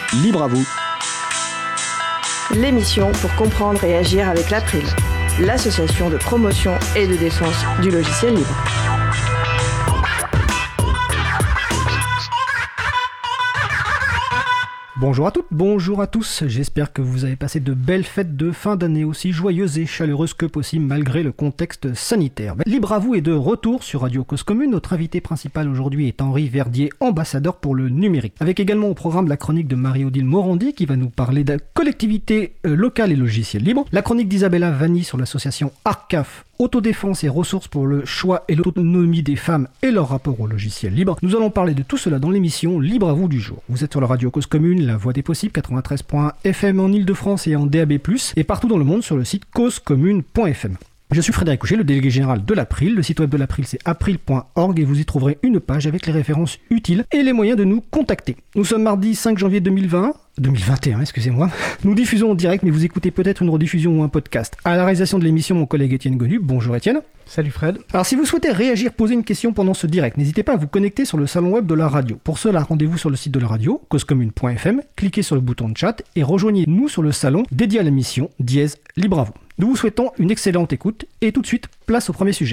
Libre à vous. L'émission pour comprendre et agir avec l'April, l'association de promotion et de défense du logiciel libre. Bonjour à toutes, bonjour à tous, j'espère que vous avez passé de belles fêtes de fin d'année aussi joyeuses et chaleureuses que possible malgré le contexte sanitaire. Libre à vous est de retour sur Radio Cause Commune. Notre invité principal aujourd'hui est Henri Verdier, ambassadeur pour le numérique. Avec également au programme la chronique de Marie-Odile Morandi qui va nous parler de collectivité locale et logiciel libre. La chronique d'Isabella Vanni sur l'association ARCAF, autodéfense et ressources pour le choix et l'autonomie des femmes et leur rapport au logiciel libre. Nous allons parler de tout cela dans l'émission Libre à vous du jour. Vous êtes sur la Radio Cause Commune, la voix des possibles, 93.fm en Ile-de-France et en DAB+, et partout dans le monde sur le site causecommune.fm. Je suis Frédéric Couchet, le délégué général de l'April. Le site web de l'April, c'est april.org et vous y trouverez une page avec les références utiles et les moyens de nous contacter. Nous sommes mardi 5 janvier 2021, excusez-moi. Nous diffusons en direct, mais vous écoutez peut-être une rediffusion ou un podcast. À la réalisation de l'émission, mon collègue Étienne Gonu. Bonjour Étienne. Salut Fred. Alors si vous souhaitez réagir, poser une question pendant ce direct, n'hésitez pas à vous connecter sur le salon web de la radio. Pour cela, rendez-vous sur le site de la radio, causecommune.fm, cliquez sur le bouton de chat et rejoignez-nous sur le salon dédié à l'émission Libre à vous. Nous vous souhaitons une excellente écoute et tout de suite, place au premier sujet.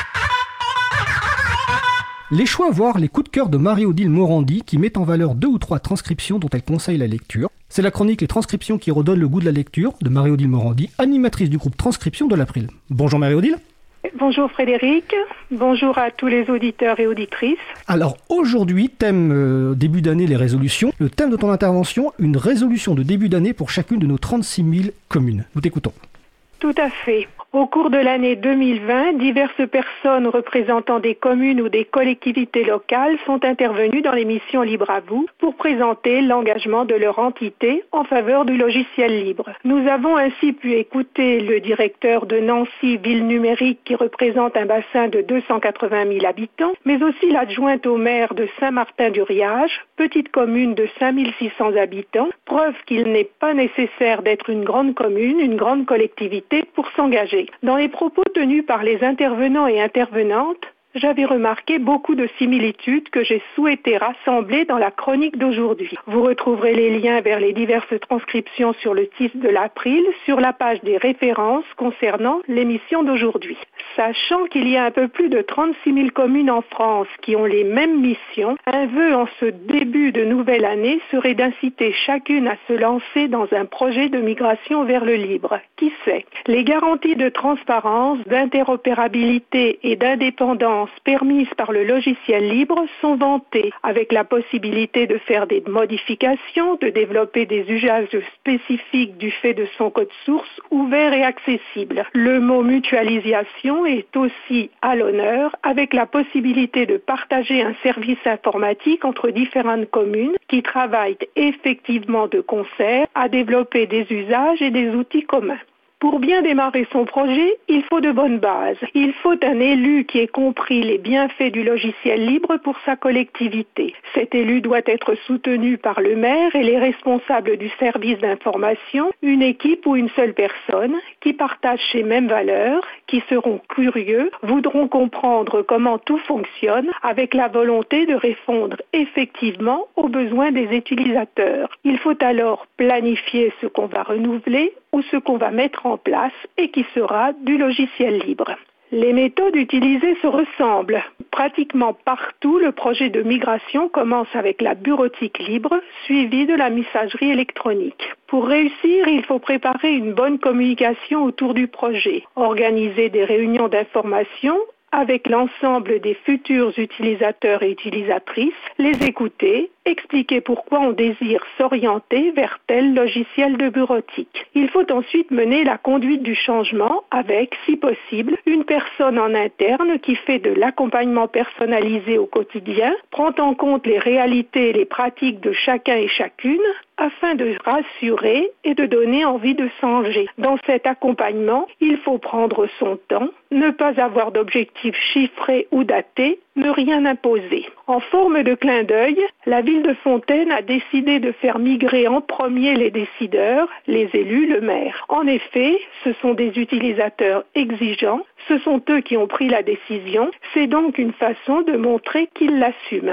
Les choix, voire les coups de cœur de Marie-Odile Morandi qui met en valeur 2 ou 3 transcriptions dont elle conseille la lecture. C'est la chronique Les transcriptions qui redonnent le goût de la lecture de Marie-Odile Morandi, animatrice du groupe Transcription de l'April. Bonjour Marie-Odile. Bonjour Frédéric, bonjour à tous les auditeurs et auditrices. Alors aujourd'hui, thème début d'année, les résolutions. Le thème de ton intervention, une résolution de début d'année pour chacune de nos 36 000 communes. Nous t'écoutons. Tout à fait. Au cours de l'année 2020, diverses personnes représentant des communes ou des collectivités locales sont intervenues dans l'émission Libre à vous pour présenter l'engagement de leur entité en faveur du logiciel libre. Nous avons ainsi pu écouter le directeur de Nancy Ville Numérique qui représente un bassin de 280 000 habitants, mais aussi l'adjointe au maire de Saint-Martin-du-Riage, petite commune de 5 600 habitants, preuve qu'il n'est pas nécessaire d'être une grande commune, une grande collectivité pour s'engager. Dans les propos tenus par les intervenants et intervenantes, j'avais remarqué beaucoup de similitudes que j'ai souhaité rassembler dans la chronique d'aujourd'hui. Vous retrouverez les liens vers les diverses transcriptions sur le site de l'April, sur la page des références concernant l'émission d'aujourd'hui. Sachant qu'il y a un peu plus de 36 000 communes en France qui ont les mêmes missions, un vœu en ce début de nouvelle année serait d'inciter chacune à se lancer dans un projet de migration vers le libre. Qui sait? Les garanties de transparence, d'interopérabilité et d'indépendance permises par le logiciel libre sont vantées, avec la possibilité de faire des modifications, de développer des usages spécifiques du fait de son code source ouvert et accessible. Le mot mutualisation est aussi à l'honneur, avec la possibilité de partager un service informatique entre différentes communes qui travaillent effectivement de concert à développer des usages et des outils communs. Pour bien démarrer son projet, il faut de bonnes bases. Il faut un élu qui ait compris les bienfaits du logiciel libre pour sa collectivité. Cet élu doit être soutenu par le maire et les responsables du service d'information, une équipe ou une seule personne qui partagent ces mêmes valeurs, qui seront curieux, voudront comprendre comment tout fonctionne avec la volonté de répondre effectivement aux besoins des utilisateurs. Il faut alors planifier ce qu'on va renouveler ou ce qu'on va mettre en place et qui sera du logiciel libre. Les méthodes utilisées se ressemblent. Pratiquement partout, le projet de migration commence avec la bureautique libre, suivie de la messagerie électronique. Pour réussir, il faut préparer une bonne communication autour du projet, organiser des réunions d'information avec l'ensemble des futurs utilisateurs et utilisatrices, les écouter, expliquer pourquoi on désire s'orienter vers tel logiciel de bureautique. Il faut ensuite mener la conduite du changement avec, si possible, une personne en interne qui fait de l'accompagnement personnalisé au quotidien, prend en compte les réalités et les pratiques de chacun et chacune, afin de rassurer et de donner envie de changer. Dans cet accompagnement, il faut prendre son temps, ne pas avoir d'objectifs chiffrés ou datés, ne rien imposer. En forme de clin d'œil, la ville de Fontaine a décidé de faire migrer en premier les décideurs, les élus, le maire. En effet, ce sont des utilisateurs exigeants, ce sont eux qui ont pris la décision, c'est donc une façon de montrer qu'ils l'assument.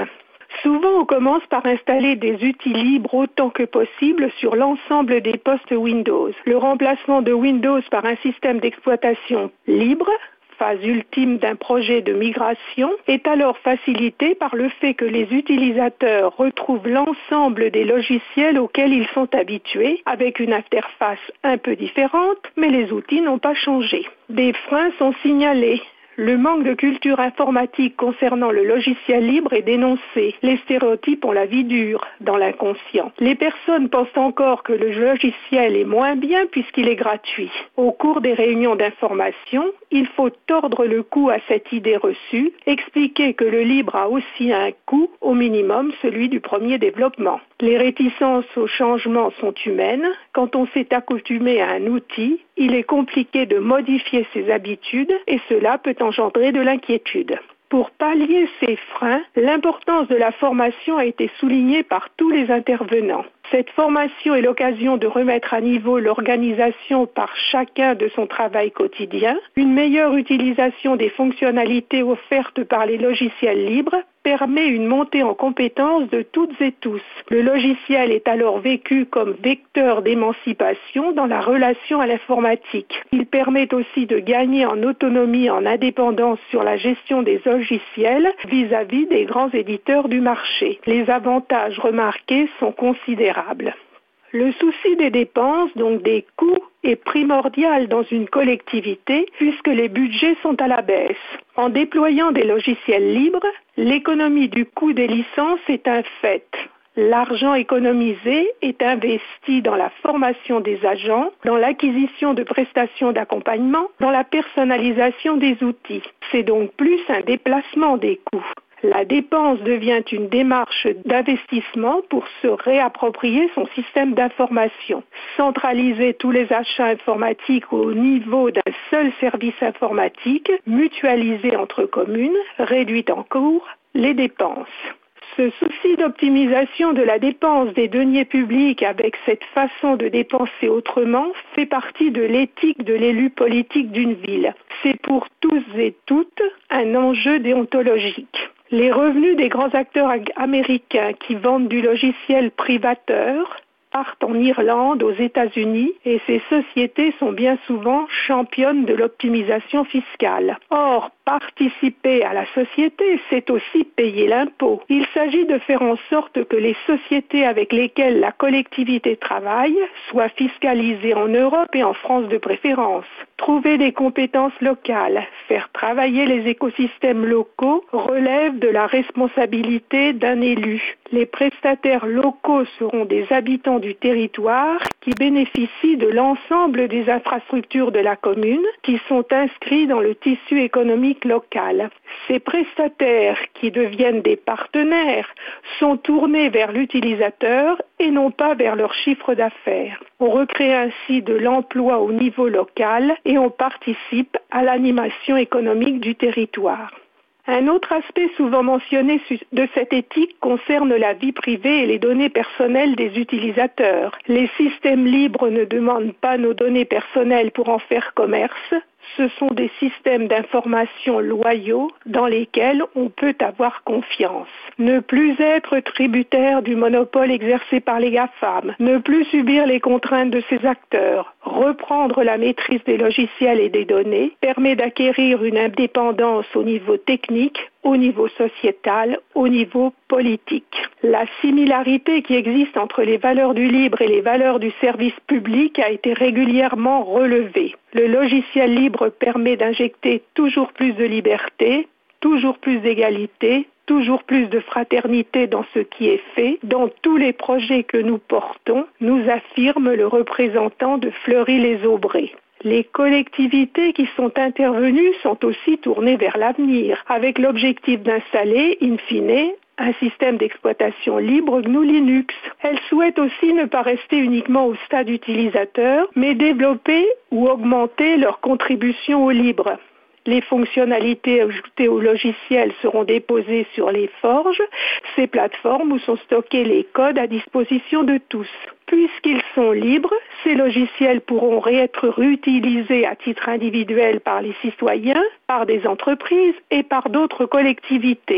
Souvent, on commence par installer des outils libres autant que possible sur l'ensemble des postes Windows. Le remplacement de Windows par un système d'exploitation libre, phase ultime d'un projet de migration, est alors facilité par le fait que les utilisateurs retrouvent l'ensemble des logiciels auxquels ils sont habitués, avec une interface un peu différente, mais les outils n'ont pas changé. Des freins sont signalés. Le manque de culture informatique concernant le logiciel libre est dénoncé. Les stéréotypes ont la vie dure dans l'inconscient. Les personnes pensent encore que le logiciel est moins bien puisqu'il est gratuit. Au cours des réunions d'information, il faut tordre le cou à cette idée reçue, expliquer que le libre a aussi un coût, au minimum celui du premier développement. Les réticences au changement sont humaines. Quand on s'est accoutumé à un outil, il est compliqué de modifier ses habitudes et cela peut engendrer de l'inquiétude. Pour pallier ces freins, l'importance de la formation a été soulignée par tous les intervenants. Cette formation est l'occasion de remettre à niveau l'organisation par chacun de son travail quotidien. Une meilleure utilisation des fonctionnalités offertes par les logiciels libres permet une montée en compétences de toutes et tous. Le logiciel est alors vécu comme vecteur d'émancipation dans la relation à l'informatique. Il permet aussi de gagner en autonomie, en indépendance sur la gestion des logiciels vis-à-vis des grands éditeurs du marché. Les avantages remarqués sont considérables. Le souci des dépenses, donc des coûts, est primordial dans une collectivité puisque les budgets sont à la baisse. En déployant des logiciels libres, l'économie du coût des licences est un fait. L'argent économisé est investi dans la formation des agents, dans l'acquisition de prestations d'accompagnement, dans la personnalisation des outils. C'est donc plus un déplacement des coûts. La dépense devient une démarche d'investissement pour se réapproprier son système d'information. Centraliser tous les achats informatiques au niveau d'un seul service informatique, mutualiser entre communes, réduit en cours les dépenses. Ce souci d'optimisation de la dépense des deniers publics avec cette façon de dépenser autrement fait partie de l'éthique de l'élu politique d'une ville. C'est pour tous et toutes un enjeu déontologique. Les revenus des grands acteurs américains qui vendent du logiciel privateur partent en Irlande, aux États-Unis, et ces sociétés sont bien souvent championnes de l'optimisation fiscale. Or, participer à la société, c'est aussi payer l'impôt. Il s'agit de faire en sorte que les sociétés avec lesquelles la collectivité travaille soient fiscalisées en Europe et en France de préférence. Trouver des compétences locales, faire travailler les écosystèmes locaux relève de la responsabilité d'un élu. Les prestataires locaux seront des habitants du territoire qui bénéficient de l'ensemble des infrastructures de la commune qui sont inscrits dans le tissu économique local. Ces prestataires qui deviennent des partenaires sont tournés vers l'utilisateur et non pas vers leur chiffre d'affaires. On recrée ainsi de l'emploi au niveau local et on participe à l'animation économique du territoire. Un autre aspect souvent mentionné de cette éthique concerne la vie privée et les données personnelles des utilisateurs. Les systèmes libres ne demandent pas nos données personnelles pour en faire commerce. Ce sont des systèmes d'information loyaux dans lesquels on peut avoir confiance. Ne plus être tributaire du monopole exercé par les GAFAM, ne plus subir les contraintes de ces acteurs, reprendre la maîtrise des logiciels et des données permet d'acquérir une indépendance au niveau technique, au niveau sociétal, au niveau politique. La similarité qui existe entre les valeurs du libre et les valeurs du service public a été régulièrement relevée. Le logiciel libre permet d'injecter toujours plus de liberté, toujours plus d'égalité, toujours plus de fraternité dans ce qui est fait. Dans tous les projets que nous portons, nous affirme le représentant de Fleury-les-Aubrais. Les collectivités qui sont intervenues sont aussi tournées vers l'avenir, avec l'objectif d'installer, in fine, un système d'exploitation libre GNU Linux. Elles souhaitent aussi ne pas rester uniquement au stade utilisateur, mais développer ou augmenter leur contribution au libre. Les fonctionnalités ajoutées au logiciel seront déposées sur les forges, ces plateformes où sont stockés les codes à disposition de tous. Puisqu'ils sont libres, ces logiciels pourront être réutilisés à titre individuel par les citoyens, par des entreprises et par d'autres collectivités.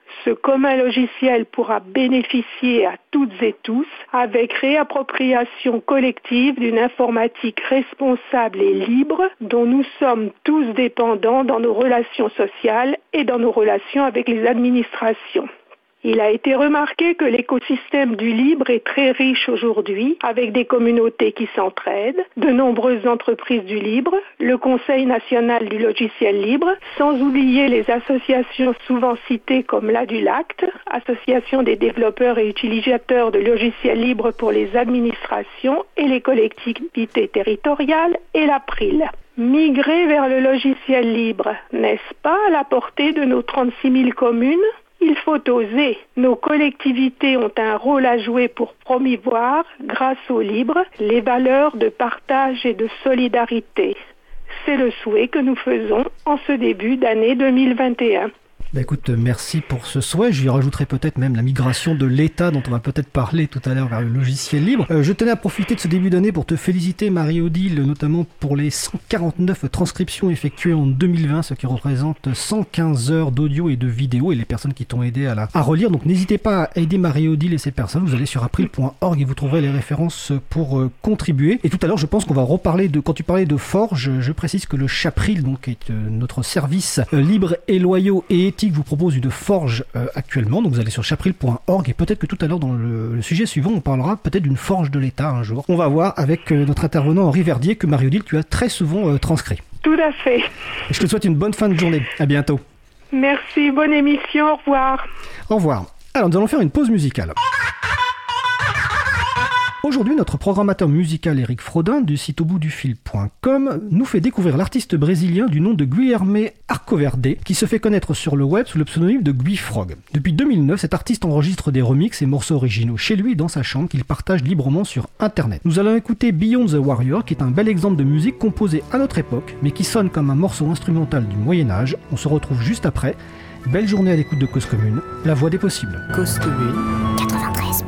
Ce commun logiciel pourra bénéficier à toutes et tous avec réappropriation collective d'une informatique responsable et libre dont nous sommes tous dépendants dans nos relations sociales et dans nos relations avec les administrations. Il a été remarqué que l'écosystème du libre est très riche aujourd'hui, avec des communautés qui s'entraident, de nombreuses entreprises du libre, le Conseil national du logiciel libre, sans oublier les associations souvent citées comme l'ADULACT, Association des développeurs et utilisateurs de logiciels libres pour les administrations et les collectivités territoriales, et l'APRIL. Migrer vers le logiciel libre, n'est-ce pas à la portée de nos 36 000 communes ? Il faut oser. Nos collectivités ont un rôle à jouer pour promouvoir, grâce au libre, les valeurs de partage et de solidarité. C'est le souhait que nous faisons en ce début d'année 2021. Écoute, merci pour ce souhait. J'y rajouterai peut-être même la migration de l'État dont on va peut-être parler tout à l'heure vers le logiciel libre. Je tenais à profiter de ce début d'année pour te féliciter, Marie-Odile, notamment pour les 149 transcriptions effectuées en 2020, ce qui représente 115 heures d'audio et de vidéo, et les personnes qui t'ont aidé à relire. Donc n'hésitez pas à aider Marie-Odile et ces personnes. Vous allez sur april.org et vous trouverez les références pour contribuer. Et tout à l'heure, je pense qu'on va reparler quand tu parlais de Forge, je précise que le Chapril, donc, est notre service libre et loyaux et éthique, vous propose une forge actuellement, donc vous allez sur chapril.org et peut-être que tout à l'heure dans le sujet suivant on parlera peut-être d'une forge de l'État un jour. On va voir avec notre intervenant Henri Verdier que Marie-Odile tu as très souvent transcrit. Tout à fait. Et je te souhaite une bonne fin de journée, à bientôt. Merci, bonne émission, au revoir. Au revoir. Alors nous allons faire une pause musicale. Aujourd'hui, notre programmateur musical Eric Frodin du site auboutdufil.com nous fait découvrir l'artiste brésilien du nom de Guilherme Arcoverde qui se fait connaître sur le web sous le pseudonyme de Guifrog. Depuis 2009, cet artiste enregistre des remixes et morceaux originaux chez lui dans sa chambre qu'il partage librement sur internet. Nous allons écouter Beyond the Warrior qui est un bel exemple de musique composée à notre époque mais qui sonne comme un morceau instrumental du Moyen-Âge. On se retrouve juste après. Belle journée à l'écoute de Cause Commune, la voix des possibles. Cause Commune 93.1.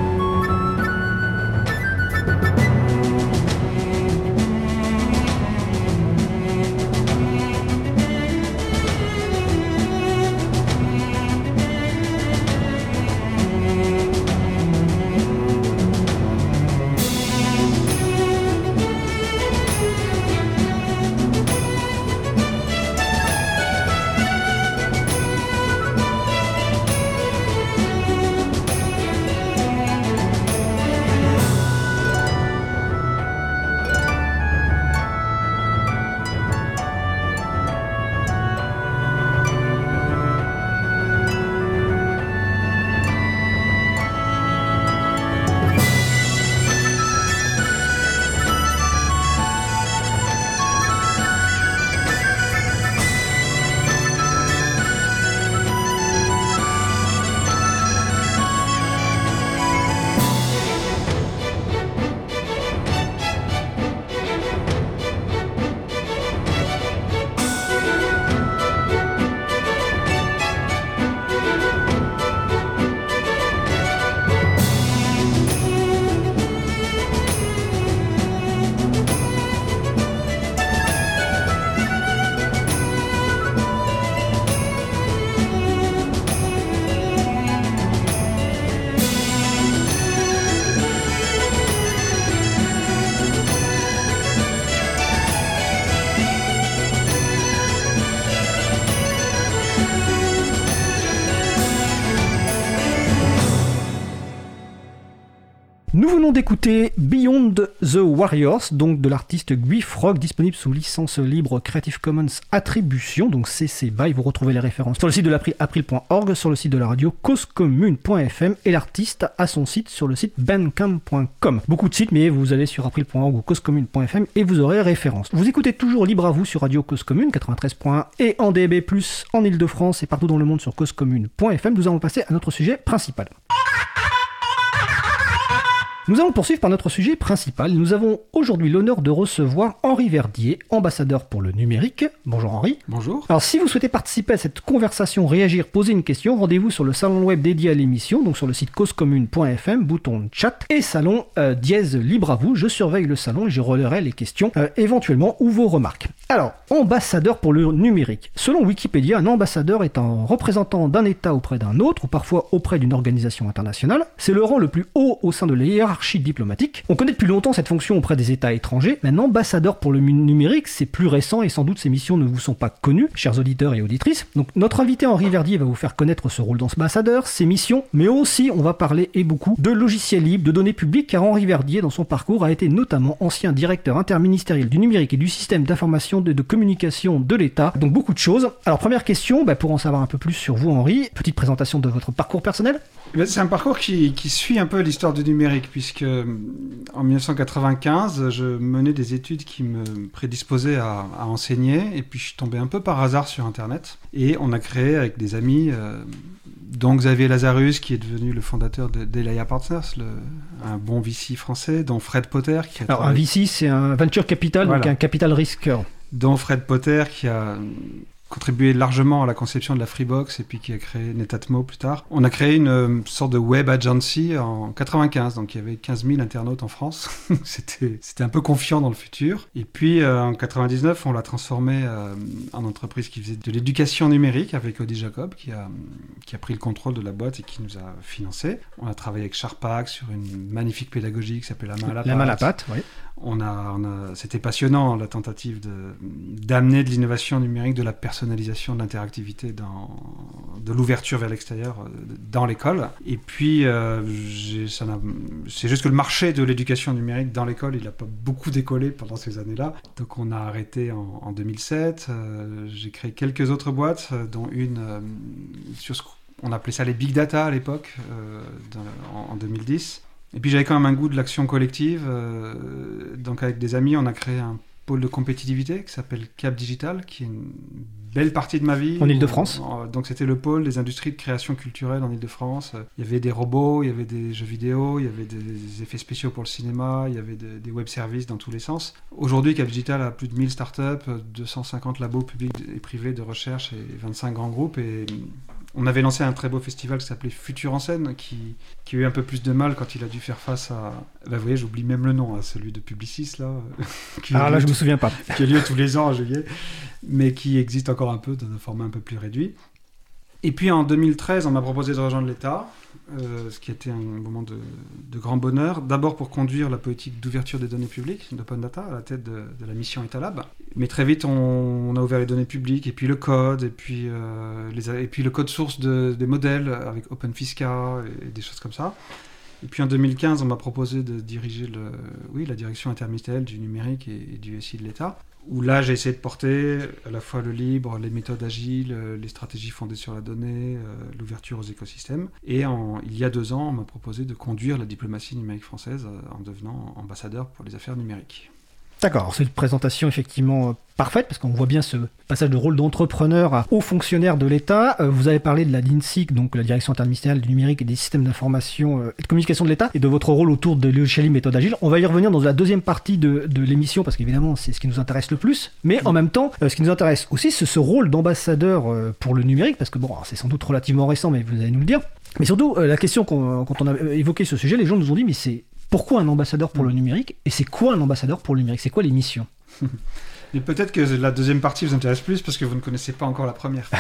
Nous venons d'écouter Beyond the Warriors, donc de l'artiste Guifrog, disponible sous licence libre Creative Commons Attribution, donc CC BY. Vous retrouvez les références sur le site de april.org, sur le site de la radio causecommune.fm et l'artiste a son site sur le site bandcamp.com. Beaucoup de sites, mais vous allez sur april.org ou causecommune.fm et vous aurez les références. Vous écoutez toujours Libre à vous sur Radio Cause Commune 93.1 et en DAB+, en Ile-de-France et partout dans le monde sur causecommune.fm. Nous allons passer à notre sujet principal. Nous allons poursuivre par notre sujet principal. Nous avons aujourd'hui l'honneur de recevoir Henri Verdier, ambassadeur pour le numérique. Bonjour Henri. Bonjour. Alors si vous souhaitez participer à cette conversation, réagir, poser une question, rendez-vous sur le salon web dédié à l'émission, donc sur le site causecommune.fm, bouton chat et salon dièse libre à vous. Je surveille le salon et je relayerai les questions éventuellement ou vos remarques. Alors, ambassadeur pour le numérique. Selon Wikipédia, un ambassadeur est un représentant d'un État auprès d'un autre, ou parfois auprès d'une organisation internationale. C'est le rang le plus haut au sein de la hiérarchie diplomatique. On connaît depuis longtemps cette fonction auprès des États étrangers, mais un ambassadeur pour le numérique, c'est plus récent et sans doute ces missions ne vous sont pas connues, chers auditeurs et auditrices. Donc notre invité Henri Verdier va vous faire connaître ce rôle d'ambassadeur, ses missions, mais aussi on va parler et beaucoup de logiciels libres, de données publiques, car Henri Verdier, dans son parcours, a été notamment ancien directeur interministériel du numérique et du système d'information de communication de l'État, donc beaucoup de choses. Alors première question, pour en savoir un peu plus sur vous Henri, petite présentation de votre parcours personnel. C'est un parcours qui suit un peu l'histoire du numérique, puisque en 1995, je menais des études qui me prédisposaient à enseigner, et puis je suis tombé un peu par hasard sur Internet, et on a créé avec des amis, dont Xavier Lazarus, qui est devenu le fondateur d'Elia Partners, un bon VC français, dont Fred Potter, qui a Alors un VC, c'est un venture capital, voilà. Donc un capital risqueur. Dont Fred Potter, qui a contribué largement à la conception de la Freebox et puis qui a créé Netatmo plus tard. On a créé une sorte de web agency en 95, donc il y avait 15 000 internautes en France. C'était un peu confiant dans le futur. Et puis en 99, on l'a transformé en entreprise qui faisait de l'éducation numérique avec Audi Jacob, qui a pris le contrôle de la boîte et qui nous a financé. On a travaillé avec Sharpak sur une magnifique pédagogie qui s'appelle La main à la pâte. La main à la pâte, oui. C'était passionnant, la tentative d'amener de l'innovation numérique, de la personnalisation, de l'interactivité, de l'ouverture vers l'extérieur dans l'école. Et puis, c'est juste que le marché de l'éducation numérique dans l'école, il n'a pas beaucoup décollé pendant ces années-là. Donc on a arrêté en 2007. J'ai créé quelques autres boîtes, dont une sur ce qu'on appelait ça les big data à l'époque, en 2010. Et puis j'avais quand même un goût de l'action collective, donc avec des amis on a créé un pôle de compétitivité qui s'appelle Cap Digital, qui est une belle partie de ma vie. En Ile-de-France. Donc c'était le pôle des industries de création culturelle en Ile-de-France. Il y avait des robots, il y avait des jeux vidéo, il y avait des effets spéciaux pour le cinéma, il y avait des web services dans tous les sens. Aujourd'hui Cap Digital a plus de 1000 startups, 250 labos publics et privés de recherche et 25 grands groupes, et on avait lancé un très beau festival qui s'appelait Futur en scène, qui a eu un peu plus de mal quand il a dû faire face à... vous voyez, j'oublie même le nom, celui de Publicis, là. Alors là, je me souviens pas. Qui a lieu tous les ans en juillet, mais qui existe encore un peu dans un format un peu plus réduit. Et puis en 2013, on m'a proposé de rejoindre l'État, ce qui était un moment de grand bonheur. D'abord pour conduire la politique d'ouverture des données publiques, d'Open Data, à la tête de la mission Etalab. Mais très vite, on a ouvert les données publiques, et puis le code, et puis le code source des modèles avec Open Fisca et des choses comme ça. Et puis en 2015, on m'a proposé de diriger la direction interministérielle du numérique et du SI de l'État, où là j'ai essayé de porter à la fois le libre, les méthodes agiles, les stratégies fondées sur la donnée, l'ouverture aux écosystèmes. Et il y a 2 ans, on m'a proposé de conduire la diplomatie numérique française en devenant ambassadeur pour les affaires numériques. D'accord, c'est une présentation effectivement parfaite, parce qu'on voit bien ce passage de rôle d'entrepreneur à haut fonctionnaire de l'État. Vous avez parlé de la DINSIC, donc la Direction interministérielle du numérique et des systèmes d'information et de communication de l'État, et de votre rôle autour de logiciels méthode agile. On va y revenir dans la deuxième partie de l'émission, parce qu'évidemment c'est ce qui nous intéresse le plus, mais en même temps, ce qui nous intéresse aussi, c'est ce rôle d'ambassadeur pour le numérique, parce que bon, c'est sans doute relativement récent, mais vous allez nous le dire. Mais surtout, la question, quand on a évoqué ce sujet, les gens nous ont dit, mais c'est pourquoi un ambassadeur pour le numérique? Et c'est quoi un ambassadeur pour le numérique? C'est quoi les missions? Et peut-être que la deuxième partie vous intéresse plus parce que vous ne connaissez pas encore la première.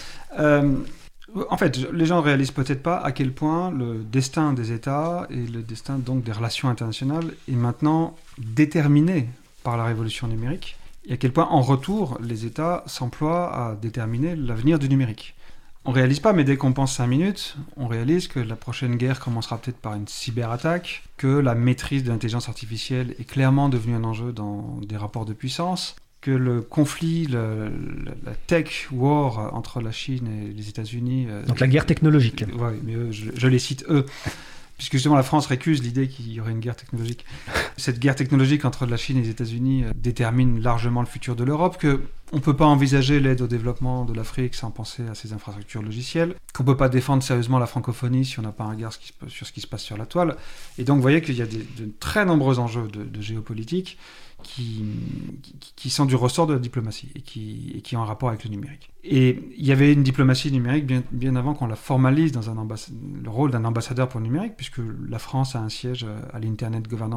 En fait, les gens ne réalisent peut-être pas à quel point le destin des États et le destin donc des relations internationales est maintenant déterminé par la révolution numérique, et à quel point en retour les États s'emploient à déterminer l'avenir du numérique. On ne réalise pas, mais dès qu'on pense 5 minutes, on réalise que la prochaine guerre commencera peut-être par une cyberattaque, que la maîtrise de l'intelligence artificielle est clairement devenue un enjeu dans des rapports de puissance, que le conflit, la tech war entre la Chine et les États-Unis... Donc la guerre technologique. Oui, mais je les cite eux. Puisque justement la France récuse l'idée qu'il y aurait une guerre technologique. Cette guerre technologique entre la Chine et les États-Unis détermine largement le futur de l'Europe, qu'on ne peut pas envisager l'aide au développement de l'Afrique sans penser à ses infrastructures logicielles, qu'on ne peut pas défendre sérieusement la francophonie si on n'a pas un regard sur ce qui se passe sur la toile. Et donc vous voyez qu'il y a de très nombreux enjeux de géopolitique qui sont du ressort de la diplomatie et qui ont un rapport avec le numérique. Et il y avait une diplomatie numérique bien avant qu'on la formalise dans le rôle d'un ambassadeur pour le numérique, puisque la France a un siège à l'Internet Governance Forum,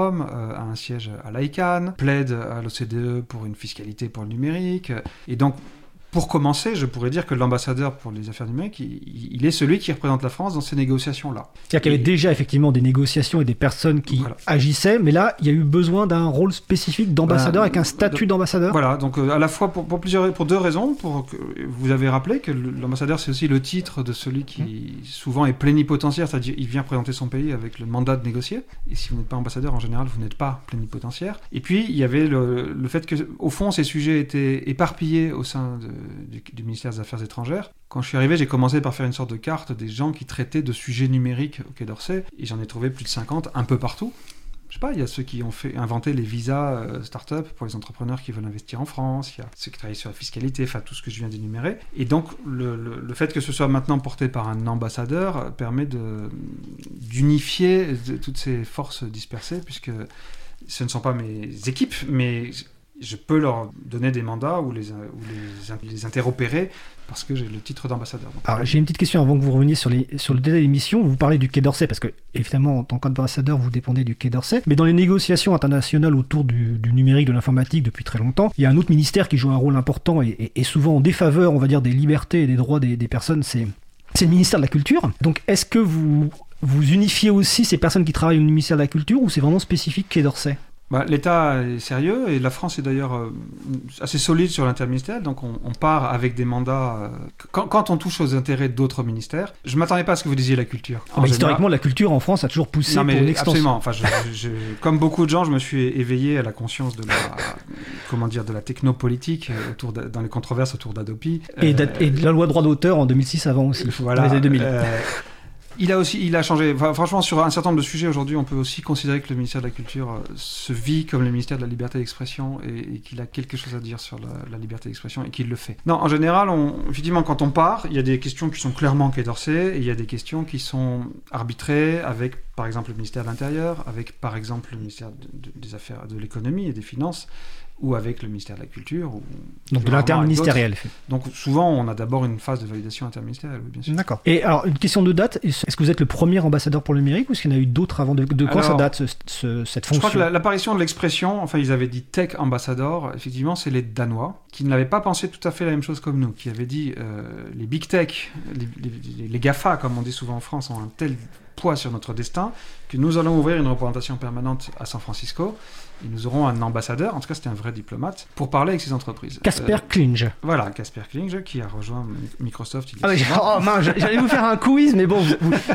Rome, a un siège à l'ICANN, plaide à l'OCDE pour une fiscalité pour le numérique. Et donc, pour commencer, je pourrais dire que l'ambassadeur pour les affaires numériques, il est celui qui représente la France dans ces négociations-là. C'est-à-dire qu'il y avait déjà effectivement des négociations et des personnes qui agissaient, mais là, il y a eu besoin d'un rôle spécifique d'ambassadeur avec un statut d'ambassadeur. Voilà, donc à la fois pour deux raisons. Vous avez rappelé que l'ambassadeur, c'est aussi le titre de celui qui souvent est plénipotentiaire, c'est-à-dire il vient présenter son pays avec le mandat de négocier. Et si vous n'êtes pas ambassadeur, en général, vous n'êtes pas plénipotentiaire. Et puis, il y avait le fait que, au fond, ces sujets étaient éparpillés au sein du ministère des Affaires étrangères. Quand je suis arrivé, j'ai commencé par faire une sorte de carte des gens qui traitaient de sujets numériques au Quai d'Orsay, et j'en ai trouvé plus de 50, un peu partout. Je sais pas, il y a ceux qui ont inventé les visas start-up pour les entrepreneurs qui veulent investir en France, il y a ceux qui travaillent sur la fiscalité, enfin tout ce que je viens d'énumérer. Et donc, le fait que ce soit maintenant porté par un ambassadeur permet d'unifier toutes ces forces dispersées, puisque ce ne sont pas mes équipes, mais je peux leur donner des mandats ou les interopérer parce que j'ai le titre d'ambassadeur. Alors, j'ai une petite question avant que vous reveniez sur le détail de l'émission. Vous parlez du Quai d'Orsay parce que, évidemment, en tant qu'ambassadeur, vous dépendez du Quai d'Orsay. Mais dans les négociations internationales autour du numérique, de l'informatique depuis très longtemps, il y a un autre ministère qui joue un rôle important et souvent en défaveur, on va dire, des libertés et des droits des personnes, c'est le ministère de la Culture. Donc, est-ce que vous unifiez aussi ces personnes qui travaillent au ministère de la Culture ou c'est vraiment spécifique Quai d'Orsay ? L'État est sérieux et la France est d'ailleurs assez solide sur l'interministériel, donc on part avec des mandats quand on touche aux intérêts d'autres ministères. Je ne m'attendais pas à ce que vous disiez la culture. Historiquement, la culture en France a toujours poussé pour une extension. Absolument. Enfin, comme beaucoup de gens, je me suis éveillé à la conscience de la technopolitique dans les controverses autour d'Adopi. Et de la loi droit d'auteur en 2006 avant aussi, dans les années 2000. Il a changé. Enfin, franchement, sur un certain nombre de sujets, aujourd'hui, on peut aussi considérer que le ministère de la Culture se vit comme le ministère de la liberté d'expression et qu'il a quelque chose à dire sur la liberté d'expression et qu'il le fait. Non, en général, effectivement, quand on part, il y a des questions qui sont clairement Quai d'Orsay et il y a des questions qui sont arbitrées avec, par exemple, le ministère de l'Intérieur, avec, par exemple, le ministère des Affaires, de l'Économie et des Finances, ou avec le ministère de la Culture. Donc de l'interministériel. Donc souvent, on a d'abord une phase de validation interministérielle, bien sûr. D'accord. Et alors, une question de date, est-ce que vous êtes le premier ambassadeur pour le numérique ou est-ce qu'il y en a eu d'autres avant de quoi ça date, cette fonction ? Je crois que l'apparition de l'expression, enfin ils avaient dit Tech Ambassador, effectivement c'est les Danois, qui n'avaient pas pensé tout à fait la même chose comme nous, qui avaient dit les Big Tech, les GAFA, comme on dit souvent en France, ont un tel poids sur notre destin que nous allons ouvrir une représentation permanente à San Francisco. Et nous aurons un ambassadeur, en tout cas c'était un vrai diplomate, pour parler avec ces entreprises. Casper Klinge. Voilà, Casper Klinge, qui a rejoint Microsoft il y a j'allais vous faire un quiz, mais bon,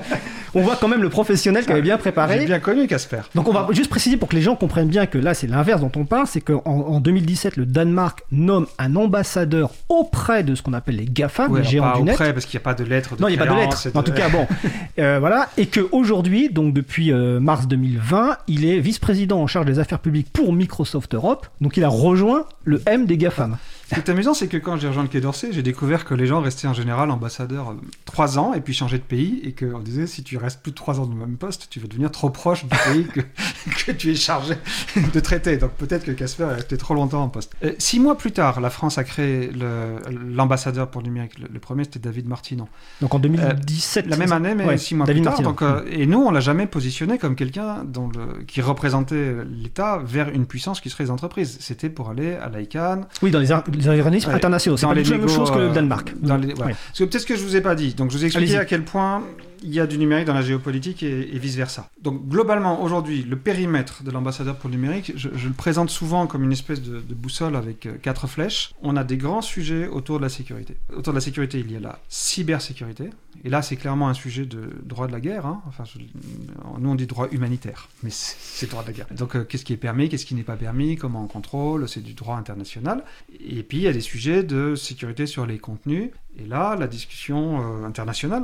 on voit quand même le professionnel qui avait bien préparé. J'ai bien connu Casper. Donc on va juste préciser pour que les gens comprennent bien que là c'est l'inverse dont on parle, c'est qu'en 2017, le Danemark nomme un ambassadeur auprès de ce qu'on appelle les GAFA, les géants du net. Auprès, parce qu'il n'y a pas de lettre de Non, il n'y a pas de lettre, en tout cas, bon. Voilà, et qu'aujourd'hui, donc depuis mars 2020, il est vice-président en charge des affaires publiques pour Microsoft Europe, donc il a rejoint le M des GAFAM. Ce qui est amusant, c'est que quand j'ai rejoint le Quai d'Orsay, j'ai découvert que les gens restaient en général ambassadeurs 3 ans et puis changeaient de pays, et qu'on disait si tu restes plus de 3 ans dans le même poste, tu vas devenir trop proche du pays que tu es chargé de traiter. Donc peut-être que Casper est resté trop longtemps en poste. 6 mois plus tard, la France a créé l'ambassadeur pour le numérique. Le premier, c'était David Martinon. Donc en 2017. La même année, mais 6 mois David plus tard. Martinon. Donc, et nous, on l'a jamais positionné comme quelqu'un qui représentait l'État vers une puissance qui serait les entreprises. C'était pour aller à l'ICANN. Oui, dans les organismes internationaux. C'est pas la même chose que le Danemark. Voilà. Parce que peut-être ce que je vous ai pas dit. Donc je vous ai expliqué à quel point il y a du numérique dans la géopolitique et vice-versa. Donc globalement, aujourd'hui, le périmètre de l'ambassadeur pour le numérique, je le présente souvent comme une espèce de boussole avec 4 flèches. On a des grands sujets autour de la sécurité. Autour de la sécurité, il y a la cybersécurité. Et là, c'est clairement un sujet de droit de la guerre. Hein. Enfin, nous, on dit droit humanitaire, mais c'est droit de la guerre. Donc, qu'est-ce qui est permis, qu'est-ce qui n'est pas permis, comment on contrôle, c'est du droit international. Et puis, il y a des sujets de sécurité sur les contenus. Et là, la discussion internationale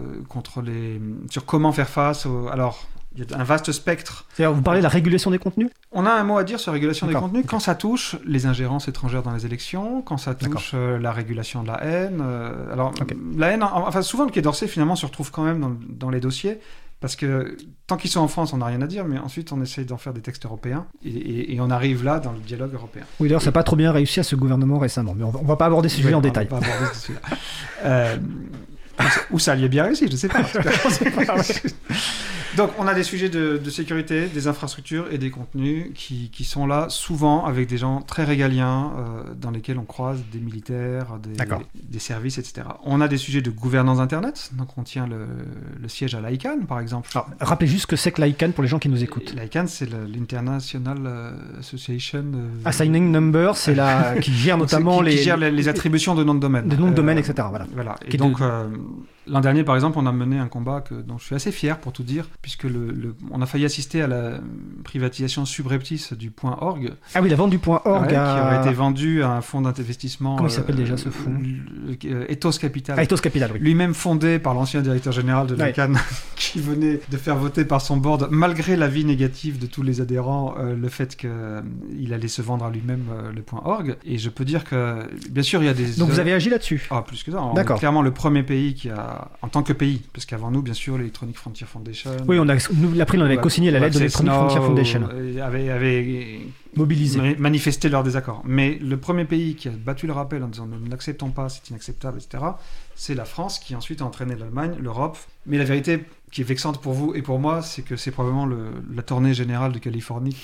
sur comment faire face Alors, il y a un vaste spectre. C'est-à-dire, vous parlez de la régulation des contenus ? On a un mot à dire sur la régulation des contenus quand ça touche les ingérences étrangères dans les élections, quand ça touche la régulation de la haine. La haine, enfin, souvent, le Quai d'Orsay, finalement, se retrouve quand même dans les dossiers. Parce que tant qu'ils sont en France, on n'a rien à dire, mais ensuite on essaye d'en faire des textes européens, et on arrive là dans le dialogue européen. Oui, d'ailleurs, ça n'a pas trop bien réussi à ce gouvernement récemment, mais on ne va pas aborder ce sujet en détail. On va pas aborder ce sujet-là. Ou ça y est bien réussi, je ne sais pas. Donc, on a des sujets de sécurité, des infrastructures et des contenus qui sont là souvent avec des gens très régaliens dans lesquels on croise des militaires, des services, etc. On a des sujets de gouvernance Internet. Donc, on tient le siège à l'ICANN, par exemple. Alors, rappelez juste ce que c'est que l'ICANN pour les gens qui nous écoutent. L'ICANN, c'est l'International Association... Assigning Number, c'est qui gère notamment qui gère les attributions de noms de domaine. De noms de domaine, etc. Voilà. Et donc, l'an dernier, par exemple, on a mené un combat dont je suis assez fier, pour tout dire, puisque on a failli assister à la privatisation subreptice du .org. Ah oui, la vente du .org qui aurait été vendu à un fonds d'investissement... Comment il s'appelle déjà ce fonds Ethos Capital. Ethos Capital, oui. Lui-même fondé par l'ancien directeur général de l'ICANN, qui venait de faire voter par son board, malgré l'avis négatif de tous les adhérents, le fait qu'il allait se vendre à lui-même le .org. Et je peux dire que, bien sûr, il y a des... Donc vous avez agi là-dessus? Ah, plus que ça. On est clairement le premier pays qui a, en tant que pays, parce qu'avant nous, bien sûr, l'Electronic Frontier Foundation... Oui, l'April, on avait co-signé la lettre de l'Electronic Frontier Foundation. Avait mobilisé, manifesté leur désaccord. Mais le premier pays qui a battu le rappel en disant « nous n'acceptons pas, c'est inacceptable, etc. », c'est la France qui ensuite a entraîné l'Allemagne, l'Europe. Mais la vérité qui est vexante pour vous et pour moi, c'est que c'est probablement la tournée générale de Californie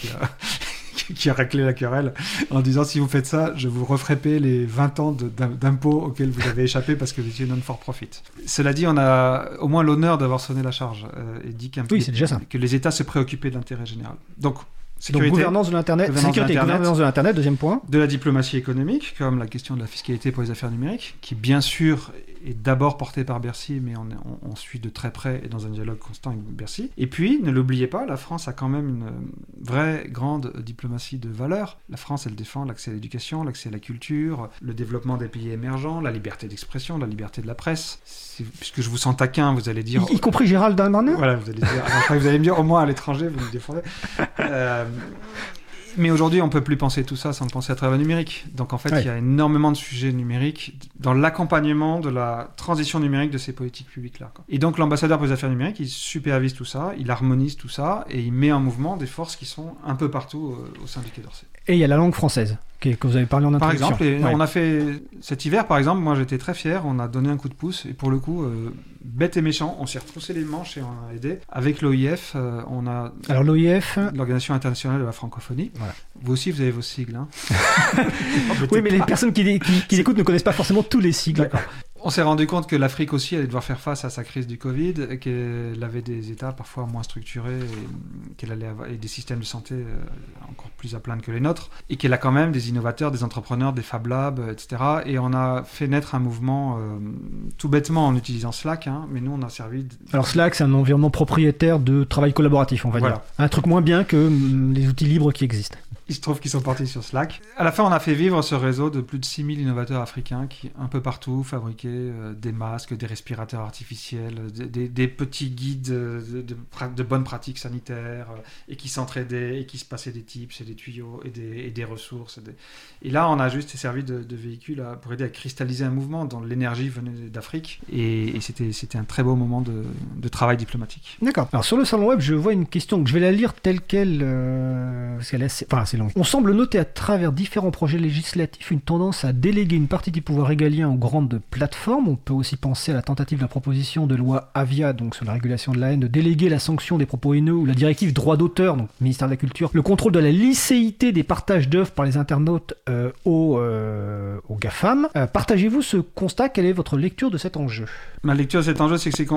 qui a raclé la querelle en disant « si vous faites ça, je vous referai payer les 20 ans d'impôts auxquels vous avez échappé parce que vous étiez non-for-profit ». Cela dit, on a au moins l'honneur d'avoir sonné la charge et dit c'est déjà ça. Que les États se préoccupaient de l'intérêt général. Donc, gouvernance de l'Internet, sécurité et gouvernance de l'Internet, deuxième point. De la diplomatie économique, comme la question de la fiscalité pour les affaires numériques, qui bien sûr est d'abord portée par Bercy, mais on suit de très près et dans un dialogue constant avec Bercy. Et puis, ne l'oubliez pas, la France a quand même une vraie grande diplomatie de valeurs. La France, elle défend l'accès à l'éducation, l'accès à la culture, le développement des pays émergents, la liberté d'expression, la liberté de la presse. Puisque je vous sens taquin, vous allez dire... Y compris Gérald Darmanin ? Voilà, vous allez dire... Après, vous allez me dire, au moins à l'étranger, vous me défendez. Mais aujourd'hui, on ne peut plus penser tout ça sans penser à travers le numérique. Donc en fait, il y a énormément de sujets numériques dans l'accompagnement de la transition numérique de ces politiques publiques-là. Et donc l'ambassadeur pour les affaires numériques, il supervise tout ça, il harmonise tout ça, et il met en mouvement des forces qui sont un peu partout au sein du Quai d'Orsay. Et il y a la langue française, que vous avez parlé en introduction. Par exemple, on a fait cet hiver, par exemple, moi j'étais très fier, on a donné un coup de pouce, et pour le coup, bête et méchant, on s'est retroussé les manches et on a aidé. Avec l'OIF, on a... Alors l'OIF... l'Organisation internationale de la francophonie. Voilà. Vous aussi, vous avez vos sigles. Hein. Oui, mais les personnes qui l'écoutent ne connaissent pas forcément tous les sigles. D'accord. On s'est rendu compte que l'Afrique aussi allait devoir faire face à sa crise du Covid, qu'elle avait des États parfois moins structurés, et qu'elle allait avoir des systèmes de santé encore plus à plaindre que les nôtres, et qu'elle a quand même des innovateurs, des entrepreneurs, des Fab Labs, etc. Et on a fait naître un mouvement tout bêtement en utilisant Slack, mais nous on a servi... Alors Slack, c'est un environnement propriétaire de travail collaboratif, on va dire. Un truc moins bien que les outils libres qui existent. Il se trouve qu'ils sont partis sur Slack. À la fin, on a fait vivre ce réseau de plus de 6000 innovateurs africains qui, un peu partout, fabriquaient des masques, des respirateurs artificiels, des petits guides de bonnes pratiques sanitaires, et qui s'entraidaient, et qui se passaient des tips et des tuyaux et des ressources. Et là, on a juste servi de véhicule pour aider à cristalliser un mouvement dont l'énergie venait d'Afrique. Et c'était un très beau moment de travail diplomatique. D'accord. Alors sur le salon web, je vois une question que je vais la lire telle qu'elle, parce qu'elle est assez longue. On semble noter à travers différents projets législatifs une tendance à déléguer une partie du pouvoir régalien aux grandes plateformes. On peut aussi penser à la tentative de la proposition de loi Avia, donc sur la régulation de la haine, de déléguer la sanction des propos haineux, ou la directive droit d'auteur, donc ministère de la Culture, le contrôle de la licéité des partages d'œuvres par les internautes aux GAFAM. Partagez-vous ce constat? Quelle est votre lecture de cet enjeu? Ma lecture de cet enjeu, c'est que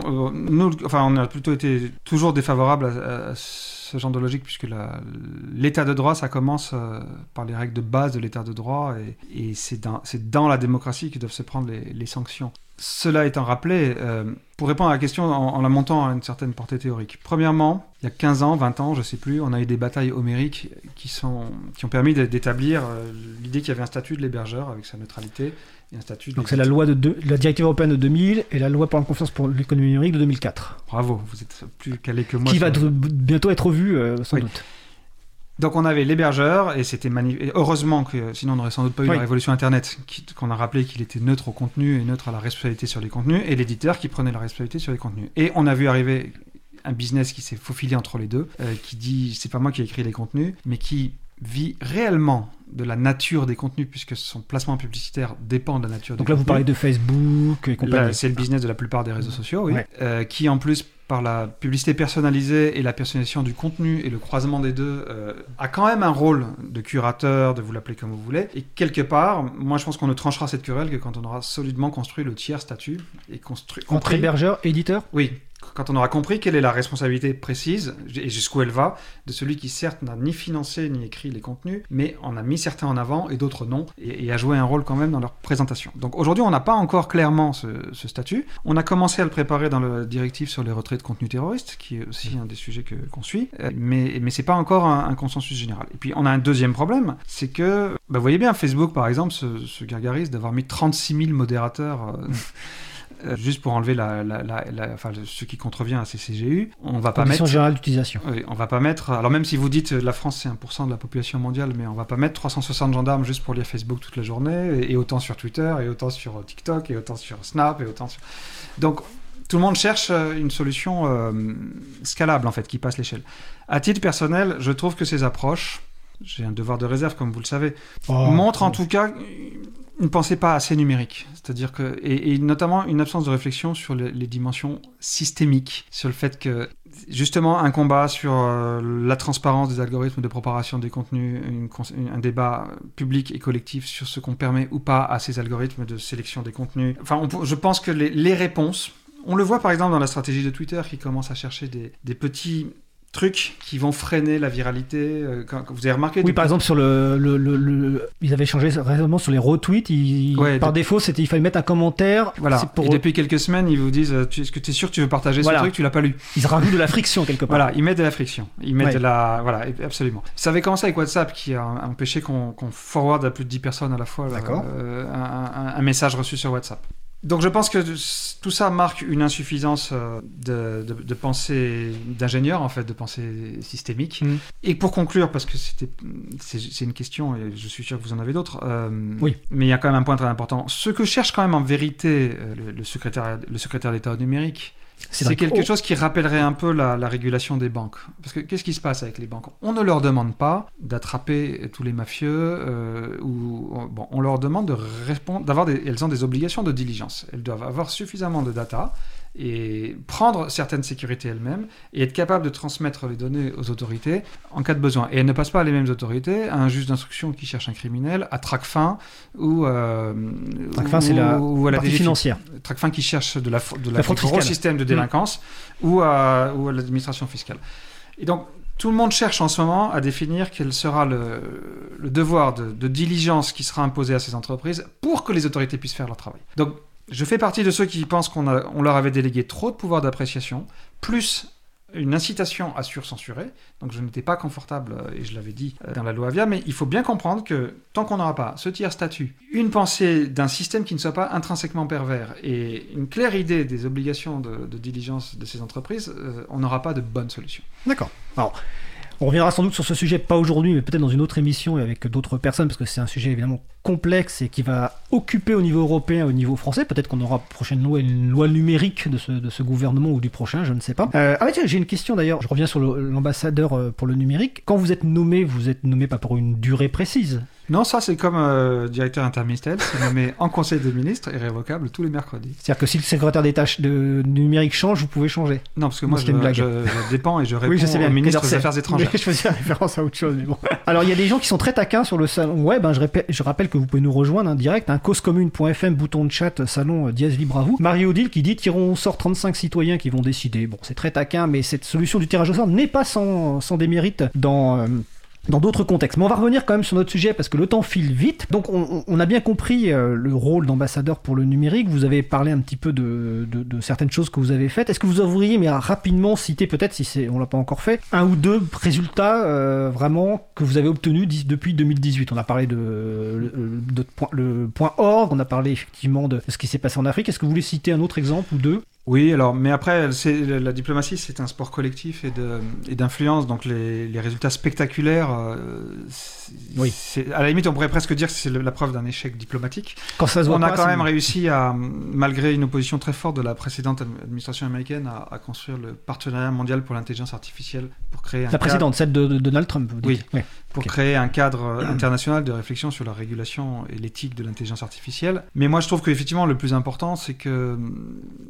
on a plutôt été toujours défavorable à ce genre de logique, puisque l'état de droit, ça commence par les règles de base de l'état de droit, et c'est dans la démocratie que doivent se prendre les sanctions. Cela étant rappelé, pour répondre à la question en la montant à une certaine portée théorique. Premièrement, il y a 15 ans, 20 ans, je ne sais plus, on a eu des batailles homériques qui ont permis d'établir l'idée qu'il y avait un statut de l'hébergeur avec sa neutralité. Et un statut donc c'est la loi la directive européenne de 2000 et la loi pour la confiance pour l'économie numérique de 2004. Bravo, vous êtes plus calé que moi. Qui va bientôt être revue, sans doute. Donc on avait l'hébergeur, et c'était heureusement que sinon on n'aurait sans doute pas eu la révolution Internet, qu'on a rappelé qu'il était neutre au contenu et neutre à la responsabilité sur les contenus, et l'éditeur qui prenait la responsabilité sur les contenus. Et on a vu arriver un business qui s'est faufilé entre les deux, qui dit c'est pas moi qui ai écrit les contenus, mais qui vit réellement de la nature des contenus, puisque son placement publicitaire dépend de la nature des contenus. Donc là, vous parlez de Facebook et compagnie. C'est le business de la plupart des réseaux sociaux, oui. Qui en plus par la publicité personnalisée et la personnalisation du contenu et le croisement des deux a quand même un rôle de curateur, de vous l'appeler comme vous voulez. Et quelque part, moi je pense qu'on ne tranchera cette querelle que quand on aura solidement construit le tiers statut et entre hébergeur et éditeur. Oui. Quand on aura compris quelle est la responsabilité précise et jusqu'où elle va de celui qui certes n'a ni financé ni écrit les contenus, mais en a mis certains en avant et d'autres non, et a joué un rôle quand même dans leur présentation. Donc aujourd'hui, on n'a pas encore clairement ce statut. On a commencé à le préparer dans la directive sur les retraits de contenus terroristes, qui est aussi un des sujets qu'on suit, mais c'est pas encore un consensus général. Et puis on a un deuxième problème, c'est que, vous voyez bien, Facebook par exemple se gargarise d'avoir mis 36 000 modérateurs... juste pour enlever ce qui contrevient à ces CGU, on va pas mettre... Conditions générales d'utilisation. Oui, on va pas mettre... Alors même si vous dites la France c'est 1% de la population mondiale, mais on va pas mettre 360 gendarmes juste pour lire Facebook toute la journée, et autant sur Twitter, et autant sur TikTok, et autant sur Snap, et autant sur... Donc tout le monde cherche une solution scalable en fait, qui passe l'échelle. À titre personnel, je trouve que ces approches, j'ai un devoir de réserve comme vous le savez, montrent en tout cas... une pensée pas assez numérique, c'est-à-dire que et notamment une absence de réflexion sur les dimensions systémiques, sur le fait que justement un combat sur la transparence des algorithmes de propagation des contenus, un débat public et collectif sur ce qu'on permet ou pas à ces algorithmes de sélection des contenus. Enfin, je pense que les réponses, on le voit par exemple dans la stratégie de Twitter qui commence à chercher des petits trucs qui vont freiner la viralité. Quand vous avez remarqué... Oui, par exemple, sur ils avaient changé récemment sur les retweets. Par défaut, il fallait mettre un commentaire. Voilà. Et depuis quelques semaines, ils vous disent est-ce que tu es sûr que tu veux partager ce truc, tu l'as pas lu. Ils rajoutent de la friction quelque part. Voilà, ils mettent de la friction. Ils mettent de la... Voilà, absolument. Ça avait commencé avec WhatsApp qui a empêché qu'on forward à plus de 10 personnes à la fois un message reçu sur WhatsApp. Donc je pense que tout ça marque une insuffisance de pensée d'ingénieur, en fait, de pensée systémique. Et pour conclure, parce que c'est une question, et je suis sûr que vous en avez d'autres, oui. Mais il y a quand même un point très important. Ce que cherche quand même en vérité le secrétaire d'État au numérique, c'est quelque chose qui rappellerait un peu la régulation des banques. Parce que qu'est-ce qui se passe avec les banques ? On ne leur demande pas d'attraper tous les mafieux, on leur demande de répondre, elles ont des obligations de diligence. Elles doivent avoir suffisamment de data et prendre certaines sécurités elles-mêmes et être capables de transmettre les données aux autorités en cas de besoin. Et elles ne passent pas à les mêmes autorités, à un juge d'instruction qui cherche un criminel, à Tracfin ou Tracfin, c'est la partie financière. Tracfin qui cherche de la fraude gros système de délinquance ou à l'administration fiscale. Et donc, tout le monde cherche en ce moment à définir quel sera le devoir de diligence qui sera imposé à ces entreprises pour que les autorités puissent faire leur travail. Donc, je fais partie de ceux qui pensent qu'on leur avait délégué trop de pouvoir d'appréciation, plus une incitation à surcensurer. Donc je n'étais pas confortable, et je l'avais dit dans la loi Avia, mais il faut bien comprendre que tant qu'on n'aura pas ce tiers statut, une pensée d'un système qui ne soit pas intrinsèquement pervers et une claire idée des obligations de diligence de ces entreprises, on n'aura pas de bonne solution. D'accord. Alors, on reviendra sans doute sur ce sujet, pas aujourd'hui, mais peut-être dans une autre émission et avec d'autres personnes, parce que c'est un sujet évidemment complexe et qui va occuper au niveau européen, au niveau français. Peut-être qu'on aura prochaine loi, une loi numérique de ce gouvernement ou du prochain, je ne sais pas. Tiens, j'ai une question d'ailleurs. Je reviens sur l'ambassadeur pour le numérique. Quand vous êtes nommé pas pour une durée précise. Non, ça c'est comme directeur interministériel, c'est nommé en Conseil des ministres et révocable tous les mercredis. C'est-à-dire que si le secrétaire d'État de numérique change, vous pouvez changer. Non, parce que moi je dépends et je réponds au ministre des Affaires étrangères. Je faisais référence à autre chose, mais bon. Alors il y a des gens qui sont très taquins sur le salon web. Je rappelle que vous pouvez nous rejoindre en direct, causecommune.fm, bouton de chat, salon dièse libre à vous. Marie-Odile qui dit tirons au sort 35 citoyens qui vont décider. Bon, c'est très taquin, mais cette solution du tirage au sort n'est pas sans démérite dans d'autres contextes. Mais on va revenir quand même sur notre sujet parce que le temps file vite. Donc on a bien compris le rôle d'ambassadeur pour le numérique. Vous avez parlé un petit peu de certaines choses que vous avez faites. Est-ce que vous auriez rapidement citer, peut-être si on l'a pas encore fait, un ou deux résultats vraiment que vous avez obtenus depuis 2018 ? On a parlé le point .org, on a parlé effectivement de ce qui s'est passé en Afrique. Est-ce que vous voulez citer un autre exemple ou deux ? Oui, alors, mais après, la diplomatie, c'est un sport collectif et d'influence, donc les résultats spectaculaires, oui. À la limite, on pourrait presque dire que c'est la preuve d'un échec diplomatique. Quand ça se voit on a quand même réussi malgré une opposition très forte de la précédente administration américaine, à construire le partenariat mondial pour l'intelligence artificielle pour créer précédente, celle de Donald Trump, vous dites. Oui, pour créer un cadre international de réflexion sur la régulation et l'éthique de l'intelligence artificielle. Mais moi, je trouve qu'effectivement, le plus important, c'est que on a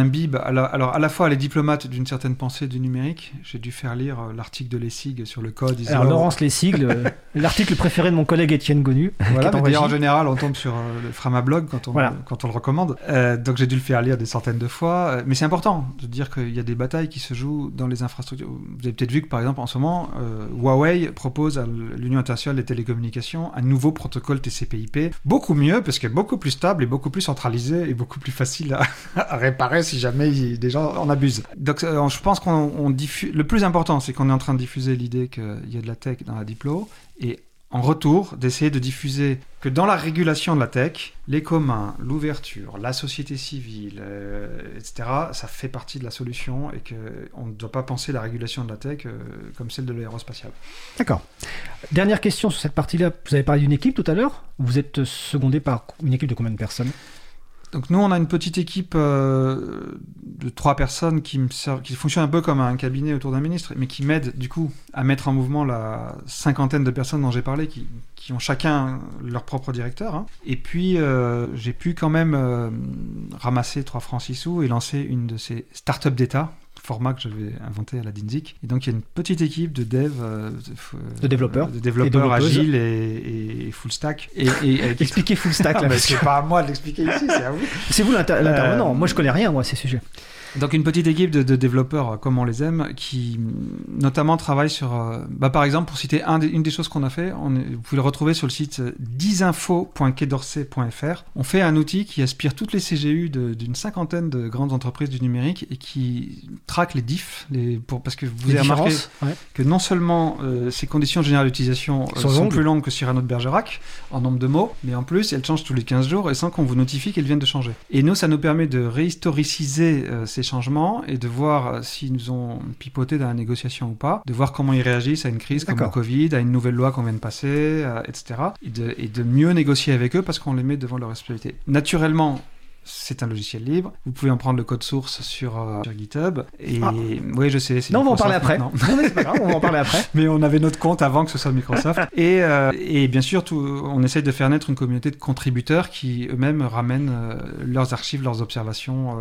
imbibe, alors à la fois elle est diplomate d'une certaine pensée du numérique. J'ai dû faire lire l'article de Lessig sur le code. Alors Laurence Lessig, l'article préféré de mon collègue Étienne Gonu. Voilà, mais d'ailleurs en général on tombe sur le Framablog quand on le recommande. Donc j'ai dû le faire lire des centaines de fois. Mais c'est important de dire qu'il y a des batailles qui se jouent dans les infrastructures. Vous avez peut-être vu que par exemple en ce moment, Huawei propose à l'Union internationale des télécommunications un nouveau protocole TCP/IP, beaucoup mieux parce qu'il est beaucoup plus stable et beaucoup plus centralisé et beaucoup plus facile à réparer si jamais des gens en abusent. Donc je pense qu'on diffuse. Le plus important, c'est qu'on est en train de diffuser l'idée qu'il y a de la tech dans la diplo et en retour d'essayer de diffuser que dans la régulation de la tech, les communs, l'ouverture, la société civile, etc., ça fait partie de la solution et qu'on ne doit pas penser la régulation de la tech comme celle de l'aérospatiale. D'accord. Dernière question sur cette partie-là. Vous avez parlé d'une équipe tout à l'heure. Vous êtes secondé par une équipe de combien de personnes ? Donc nous, on a une petite équipe de 3 personnes qui fonctionne un peu comme un cabinet autour d'un ministre, mais qui m'aident du coup à mettre en mouvement la 50aine de personnes dont j'ai parlé, qui ont chacun leur propre directeur. Hein. Et puis, j'ai pu quand même ramasser 3 francs 6 sous et lancer une de ces startups d'État, format que j'avais inventé à la DINSIC. Et donc il y a une petite équipe de de développeurs agiles et full stack. Expliquez full stack là. C'est pas à moi de l'expliquer ici, c'est à vous. C'est vous l'intervenant. Moi je connais rien à ces sujets. Donc une petite équipe de développeurs comme on les aime, qui notamment travaillent sur... par exemple, pour citer une des choses qu'on a fait, vous pouvez le retrouver sur le site 10info.quaidorsay.fr. On fait un outil qui aspire toutes les CGU d'une 50aine de grandes entreprises du numérique et qui traque les diffs, parce que vous avez remarqué que non seulement ces conditions générales d'utilisation sont plus longues que sur un autre Bergerac, en nombre de mots, mais en plus elles changent tous les 15 jours et sans qu'on vous notifie qu'elles viennent de changer. Et nous, ça nous permet de réhistoriciser ces changements et de voir s'ils nous ont pipoté dans la négociation ou pas, de voir comment ils réagissent à une crise comme le Covid, à une nouvelle loi qu'on vient de passer, etc. Et de mieux négocier avec eux parce qu'on les met devant leur responsabilité. Naturellement, c'est un logiciel libre. Vous pouvez en prendre le code source sur GitHub. Et oui, je sais. Non, on va en parler après. Non, mais c'est pas grave, on va en parler après. Mais on avait notre compte avant que ce soit Microsoft. Et bien sûr, on essaye de faire naître une communauté de contributeurs qui eux-mêmes ramènent leurs archives, leurs observations,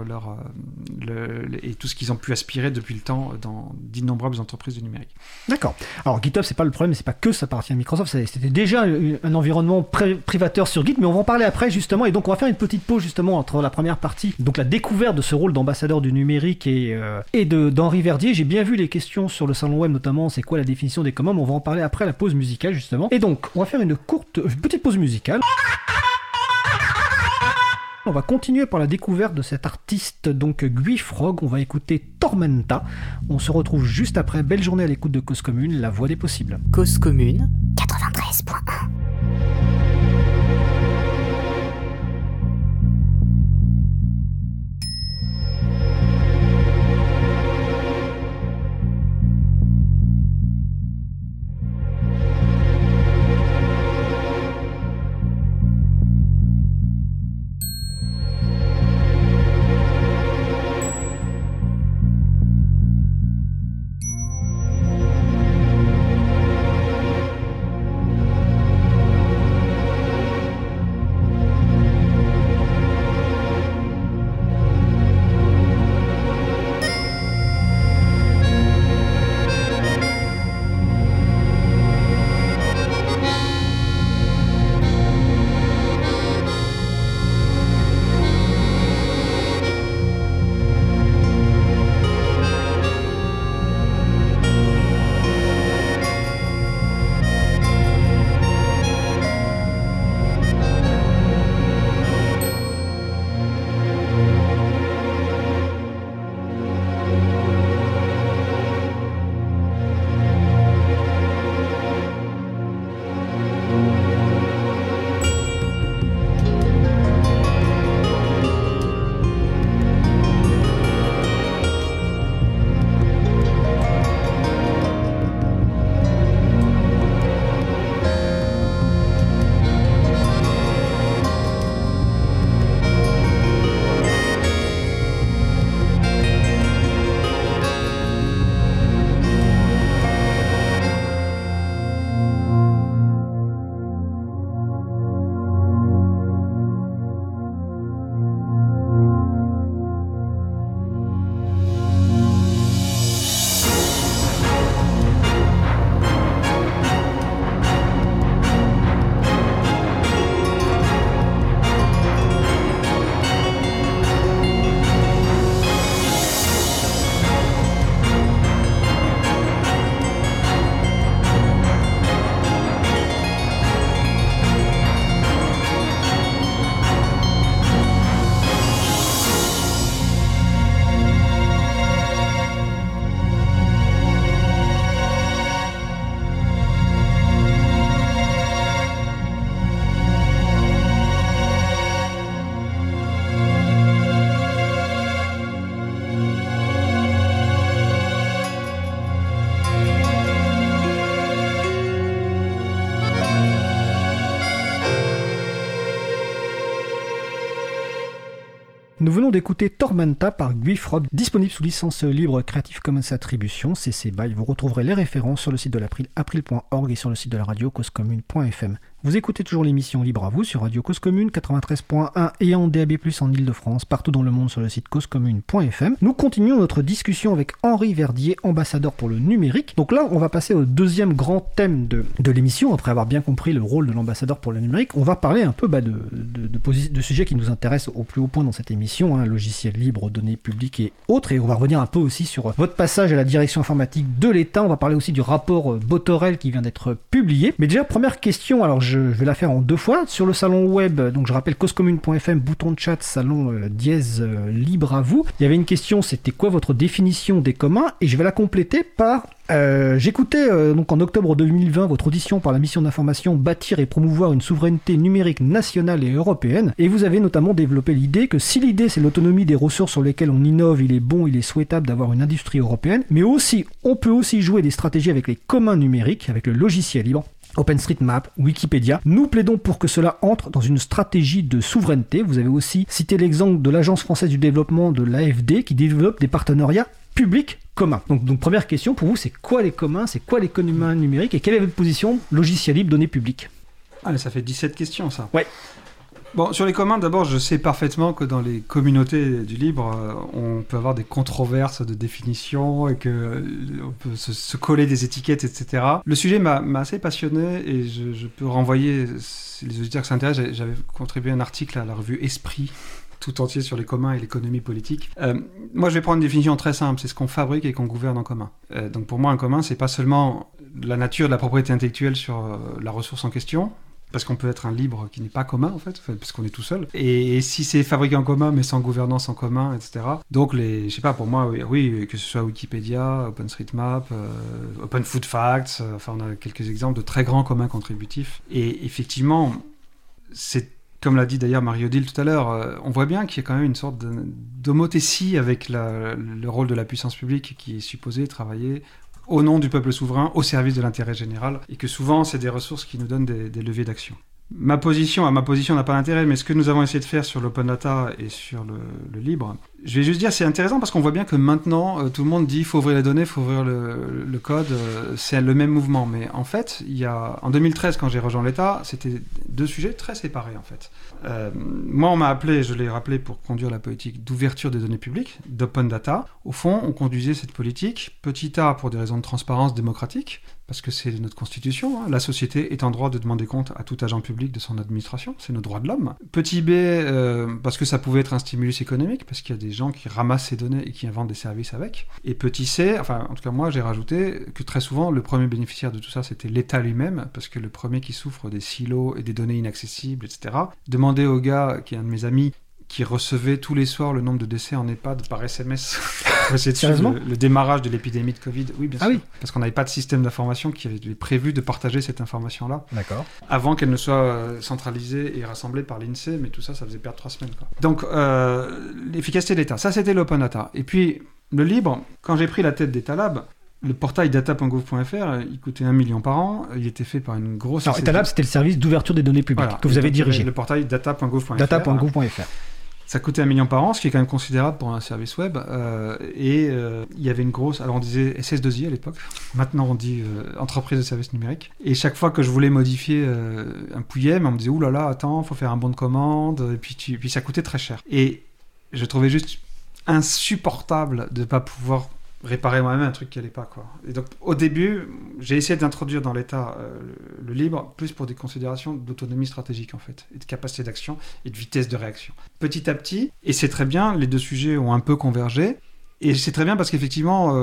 et tout ce qu'ils ont pu aspirer depuis le temps dans d'innombrables entreprises du numérique. D'accord. Alors GitHub, c'est pas le problème, mais c'est pas que ça appartient à Microsoft. C'était déjà un environnement privateur sur Git, mais on va en parler après justement. Et donc on va faire une petite pause justement entre la première partie, donc la découverte de ce rôle d'ambassadeur du numérique et d'Henri Verdier. J'ai bien vu les questions sur le salon web, notamment c'est quoi la définition des communs, mais on va en parler après la pause musicale justement. Et donc on va faire une petite pause musicale. On va continuer par la découverte de cet artiste, donc Guy Frog. On va écouter Tormenta. On se retrouve juste après. Belle journée à l'écoute de Cause Commune, la voix des possibles. Cause Commune 93.1. Nous venons d'écouter Tormenta par Guifrog, disponible sous licence libre Creative Commons Attribution, CC BY. Vous retrouverez les références sur le site de l'April, april.org et sur le site de la radio causecommune.fm. Vous écoutez toujours l'émission Libre à vous sur Radio Cause Commune 93.1 et en DAB+, en Ile-de-France, partout dans le monde sur le site causecommune.fm. Nous continuons notre discussion avec Henri Verdier, ambassadeur pour le numérique. Donc là, on va passer au deuxième grand thème de l'émission. Après avoir bien compris le rôle de l'ambassadeur pour le numérique, on va parler un peu de sujets qui nous intéressent au plus haut point dans cette émission, logiciels libres, données publiques et autres. Et on va revenir un peu aussi sur votre passage à la direction informatique de l'État. On va parler aussi du rapport Botorel qui vient d'être publié. Mais déjà, première question, alors je vais la faire en 2 fois. Sur le salon web, donc je rappelle causecommune.fm, bouton de chat, salon dièse libre à vous. Il y avait une question, c'était quoi votre définition des communs? Et je vais la compléter par... j'écoutais donc en octobre 2020 votre audition par la mission d'information Bâtir et promouvoir une souveraineté numérique nationale et européenne, et vous avez notamment développé l'idée que si l'idée c'est l'autonomie des ressources sur lesquelles on innove, il est souhaitable d'avoir une industrie européenne, mais aussi on peut aussi jouer des stratégies avec les communs numériques, avec le logiciel libre, OpenStreetMap, Wikipédia. Nous plaidons pour que cela entre dans une stratégie de souveraineté. Vous avez aussi cité l'exemple de l'Agence française du développement, de l'AFD, qui développe des partenariats publics communs. Donc première question pour vous, c'est quoi les communs, c'est quoi les communs numériques et quelle est votre position logiciel libre, données publiques? Ah, mais ça fait 17 questions, ça. Ouais. Bon, sur les communs, d'abord, je sais parfaitement que dans les communautés du libre, on peut avoir des controverses de définition et qu'on peut se coller des étiquettes, etc. Le sujet m'a assez passionné et je peux renvoyer, si les auditeurs s'intéressent, j'avais contribué un article à la revue Esprit, tout entier sur les communs et l'économie politique. Moi, je vais prendre une définition très simple, c'est ce qu'on fabrique et qu'on gouverne en commun. Donc pour moi, un commun, c'est pas seulement la nature de la propriété intellectuelle sur la ressource en question, parce qu'on peut être un libre qui n'est pas commun, en fait, parce qu'on est tout seul. Et si c'est fabriqué en commun, mais sans gouvernance en commun, etc. Donc, je sais pas, pour moi, oui, que ce soit Wikipédia, OpenStreetMap, Open Food Facts, enfin, on a quelques exemples de très grands communs contributifs. Et effectivement, c'est, comme l'a dit d'ailleurs Marie-Odile tout à l'heure, on voit bien qu'il y a quand même une sorte d'homothétie avec le rôle de la puissance publique qui est supposé travailler au nom du peuple souverain, au service de l'intérêt général, et que souvent, c'est des ressources qui nous donnent des leviers d'action. Ma position n'a pas d'intérêt, mais ce que nous avons essayé de faire sur l'open data et sur le libre, je vais juste dire, c'est intéressant parce qu'on voit bien que maintenant, tout le monde dit, il faut ouvrir les données, il faut ouvrir le code, c'est le même mouvement. Mais en fait, en 2013, quand j'ai rejoint l'État, c'était 2 sujets très séparés, en fait. Moi, on m'a appelé, je l'ai rappelé, pour conduire la politique d'ouverture des données publiques, d'open data. Au fond, on conduisait cette politique, petit a, pour des raisons de transparence démocratique, parce que c'est notre constitution, la société est en droit de demander compte à tout agent public de son administration, c'est nos droits de l'homme. Petit b, parce que ça pouvait être un stimulus économique, parce qu'il y a des gens qui ramassent ces données et qui inventent des services avec. Et petit c, enfin en tout cas moi j'ai rajouté que très souvent le premier bénéficiaire de tout ça c'était l'État lui-même, parce que le premier qui souffre des silos et des données inaccessibles, etc. Demandez au gars, qui est un de mes amis, qui recevait tous les soirs le nombre de décès en EHPAD par SMS pour essayer de suivre le démarrage de l'épidémie de Covid. Oui, bien sûr. Oui. Parce qu'on n'avait pas de système d'information qui avait prévu de partager cette information-là. D'accord. Avant qu'elle ne soit centralisée et rassemblée par l'INSEE, mais tout ça, ça faisait perdre 3 semaines, quoi. Donc, l'efficacité de l'État. Ça, c'était l'open data. Et puis, le libre, quand j'ai pris la tête d'Etalab, le portail data.gouv.fr, il coûtait 1 million par an. Il était fait par une grosse... Alors, Etalab, c'était le service d'ouverture des données publiques que vous avez dirigé. Le portail data.gouv.fr. Data.gouv.fr. Ça coûtait 1 million par an, ce qui est quand même considérable pour un service web. Il y avait une grosse... Alors on disait SS2I à l'époque. Maintenant on dit entreprise de services numériques. Et chaque fois que je voulais modifier un pouillem, on me disait « Ouh là là, attends, faut faire un bon de commande. » Et puis ça coûtait très cher. Et je trouvais juste insupportable de ne pas pouvoir réparer moi-même un truc qui n'allait pas, quoi. Et donc, au début, j'ai essayé d'introduire dans l'État le libre, plus pour des considérations d'autonomie stratégique, en fait, et de capacité d'action et de vitesse de réaction. Petit à petit, et c'est très bien, les 2 sujets ont un peu convergé, et c'est très bien parce qu'effectivement,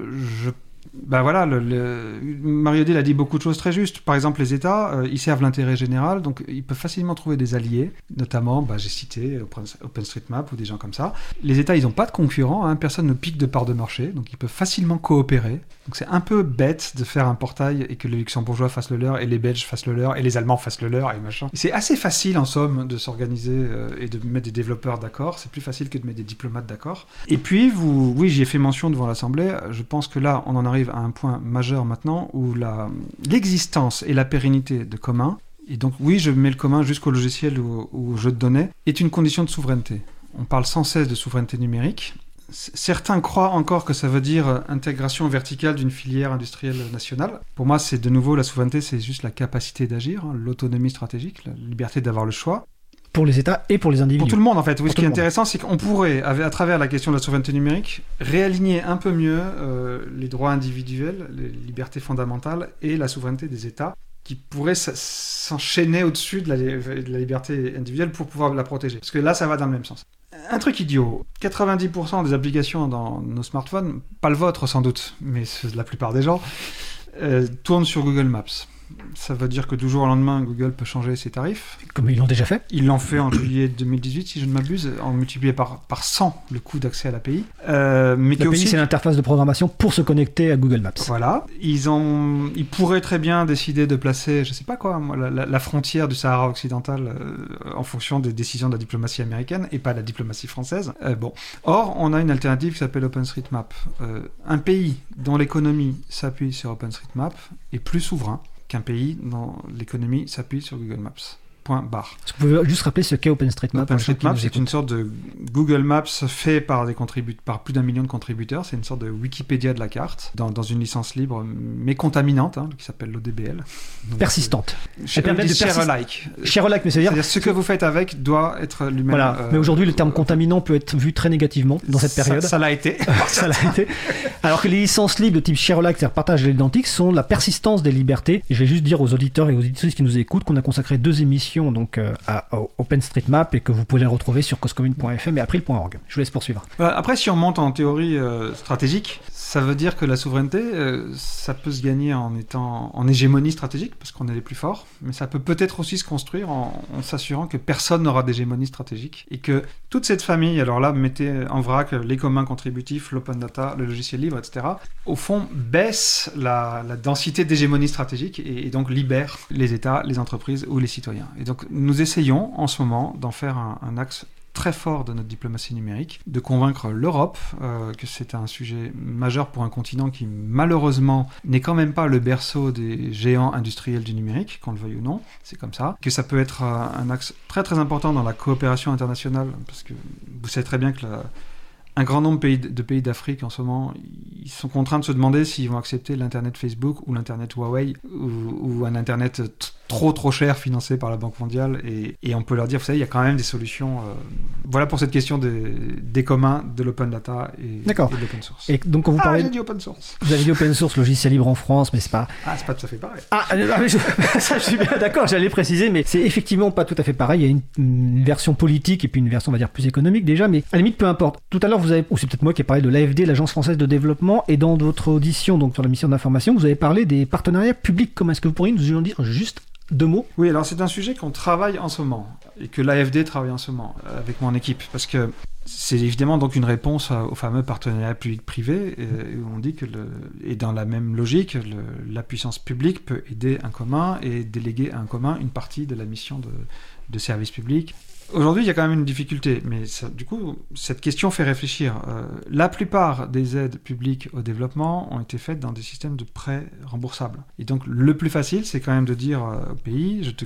ben voilà, Marie-Odile a dit beaucoup de choses très justes. Par exemple, les États, ils servent l'intérêt général, donc ils peuvent facilement trouver des alliés, notamment, j'ai cité OpenStreetMap ou des gens comme ça. Les États, ils n'ont pas de concurrents, personne ne pique de part de marché, donc ils peuvent facilement coopérer. Donc c'est un peu bête de faire un portail et que les Luxembourgeois fassent le leur, et les Belges fassent le leur, et les Allemands fassent le leur, et machin. C'est assez facile, en somme, de s'organiser et de mettre des développeurs d'accord. C'est plus facile que de mettre des diplomates d'accord. Et puis, oui, j'y ai fait mention devant l'Assemblée. Je pense que là, on en arrive à un point majeur maintenant où l'existence et la pérennité de communs, et donc oui, je mets le commun jusqu'au logiciel ou au jeu de données, est une condition de souveraineté. On parle sans cesse de souveraineté numérique. Certains croient encore que ça veut dire intégration verticale d'une filière industrielle nationale. Pour moi, c'est de nouveau la souveraineté, c'est juste la capacité d'agir, l'autonomie stratégique, la liberté d'avoir le choix. Pour les États et pour les individus. Pour tout le monde, en fait. Oui, pour ce qui est intéressant, c'est qu'on pourrait, à travers la question de la souveraineté numérique, réaligner un peu mieux les droits individuels, les libertés fondamentales et la souveraineté des États, qui pourraient s'enchaîner au-dessus de la liberté individuelle pour pouvoir la protéger. Parce que là, ça va dans le même sens. Un truc idiot, 90% des applications dans nos smartphones, pas le vôtre sans doute, mais la plupart des gens, tournent sur Google Maps. Ça veut dire que du jour au lendemain, Google peut changer ses tarifs. Comme ils l'ont déjà fait. Ils l'ont fait en juillet 2018, si je ne m'abuse, en multiplié par 100 le coût d'accès à l'API. L'API, c'est l'interface de programmation pour se connecter à Google Maps. Voilà. Ils pourraient très bien décider de placer, je ne sais pas quoi, la frontière du Sahara occidental en fonction des décisions de la diplomatie américaine et pas de la diplomatie française. Or, on a une alternative qui s'appelle OpenStreetMap. Un pays dont l'économie s'appuie sur OpenStreetMap est plus souverain qu'un pays dont l'économie s'appuie sur Google Maps. Point barre. Est-ce que vous pouvez juste rappeler ce qu'est OpenStreetMap? OpenStreetMap, c'est une sorte de Google Maps fait par par plus d'1 million de contributeurs. C'est une sorte de Wikipédia de la carte, dans une licence libre, mais contaminante, qui s'appelle l'ODBL. Donc, persistante. Share-alike. Share-alike, mais c'est-à-dire ce que vous faites avec doit être lui-même... Voilà, mais aujourd'hui, le terme contaminant peut être vu très négativement dans cette période. Ça l'a été. Ça l'a été. Alors que les licences libres de type Share-alike, c'est-à-dire partage à l'identique, sont la persistance des libertés. Et je vais juste dire aux auditeurs et aux auditrices qui nous écoutent qu'on a consacré 2 émissions donc à OpenStreetMap et que vous pouvez les retrouver sur causecommune.fm et april.org. Je vous laisse poursuivre. Après, si on monte en théorie stratégique, ça veut dire que la souveraineté, ça peut se gagner en étant en hégémonie stratégique, parce qu'on est les plus forts, mais ça peut peut-être aussi se construire en s'assurant que personne n'aura d'hégémonie stratégique et que toute cette famille, alors là, mettez en vrac les communs contributifs, l'open data, le logiciel libre, etc., au fond, baisse la densité d'hégémonie stratégique et donc libère les États, les entreprises ou les citoyens. Et donc, nous essayons en ce moment d'en faire un axe très fort de notre diplomatie numérique, de convaincre l'Europe que c'est un sujet majeur pour un continent qui, malheureusement, n'est quand même pas le berceau des géants industriels du numérique, qu'on le veuille ou non, c'est comme ça, que ça peut être un axe très très important dans la coopération internationale, parce que vous savez très bien que un grand nombre de pays d'Afrique en ce moment, ils sont contraints de se demander s'ils vont accepter l'Internet Facebook ou l'Internet Huawei ou un Internet trop cher financé par la Banque mondiale. Et on peut leur dire, vous savez, il y a quand même des solutions. Voilà pour cette question des communs, de l'open data et de l'open source. Et donc, quand vous parlez... j'ai dit open source. Vous avez dit open source, logiciel libre en France, mais c'est pas... c'est pas tout à fait pareil. Ça, je suis bien d'accord, j'allais préciser, mais c'est effectivement pas tout à fait pareil. Il y a une version politique et puis une version, on va dire, plus économique déjà, mais à la limite, peu importe. Tout à l'heure, ou c'est peut-être moi qui ai parlé de l'AFD, l'Agence française de développement, et dans votre audition, donc sur la mission d'information, vous avez parlé des partenariats publics communs. Est-ce que vous pourriez nous en dire juste 2 mots? Oui, alors c'est un sujet qu'on travaille en ce moment, et que l'AFD travaille en ce moment, avec mon équipe, parce que c'est évidemment donc une réponse au fameux partenariat public-privé, où on dit que, et dans la même logique, la puissance publique peut aider un commun et déléguer à un commun une partie de la mission de service public. Aujourd'hui, il y a quand même une difficulté, mais du coup, cette question fait réfléchir. La plupart des aides publiques au développement ont été faites dans des systèmes de prêts remboursables. Et donc, le plus facile, c'est quand même de dire au pays, je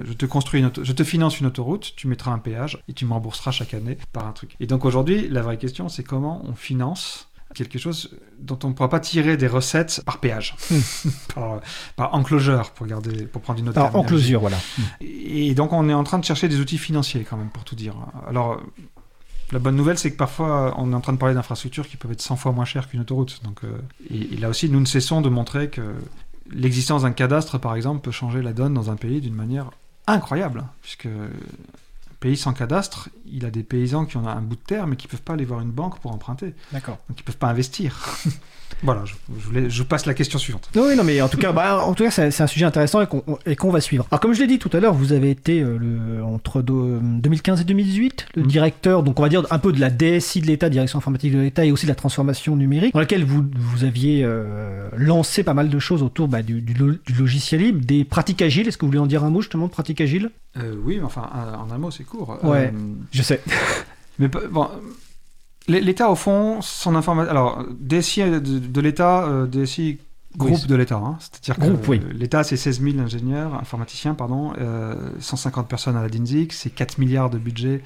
te finance une autoroute, tu mettras un péage et tu me rembourseras chaque année par un truc. Et donc aujourd'hui, la vraie question, c'est comment on finance quelque chose dont on ne pourra pas tirer des recettes par péage, par enclosure, pour prendre une autre terminologie. Enclosure, voilà. Et donc on est en train de chercher des outils financiers quand même, pour tout dire. Alors, la bonne nouvelle, c'est que parfois, on est en train de parler d'infrastructures qui peuvent être 100 fois moins chères qu'une autoroute. Donc, et là aussi, nous ne cessons de montrer que l'existence d'un cadastre, par exemple, peut changer la donne dans un pays d'une manière incroyable, puisque... pays sans cadastre, il a des paysans qui ont un bout de terre, mais qui ne peuvent pas aller voir une banque pour emprunter. D'accord. Donc ils ne peuvent pas investir. Voilà, je passe la question suivante. Oui, non, mais en tout cas, c'est un sujet intéressant et qu'on va suivre. Alors, comme je l'ai dit tout à l'heure, vous avez été entre 2015 et 2018 le directeur, donc on va dire un peu de la DSI de l'État, Direction informatique de l'État, et aussi de la transformation numérique, dans laquelle vous aviez lancé pas mal de choses autour du logiciel libre, des pratiques agiles. Est-ce que vous voulez en dire un mot justement de pratiques agiles? Oui, mais enfin, en un mot, c'est court. Ouais, je sais. Mais bon... L'État, au fond, son information... Alors, DSI de l'État, DSI groupe de l'État. Hein. C'est-à-dire que l'État, c'est 16 000 informaticiens, 150 personnes à la DINSIC, c'est 4 milliards de budget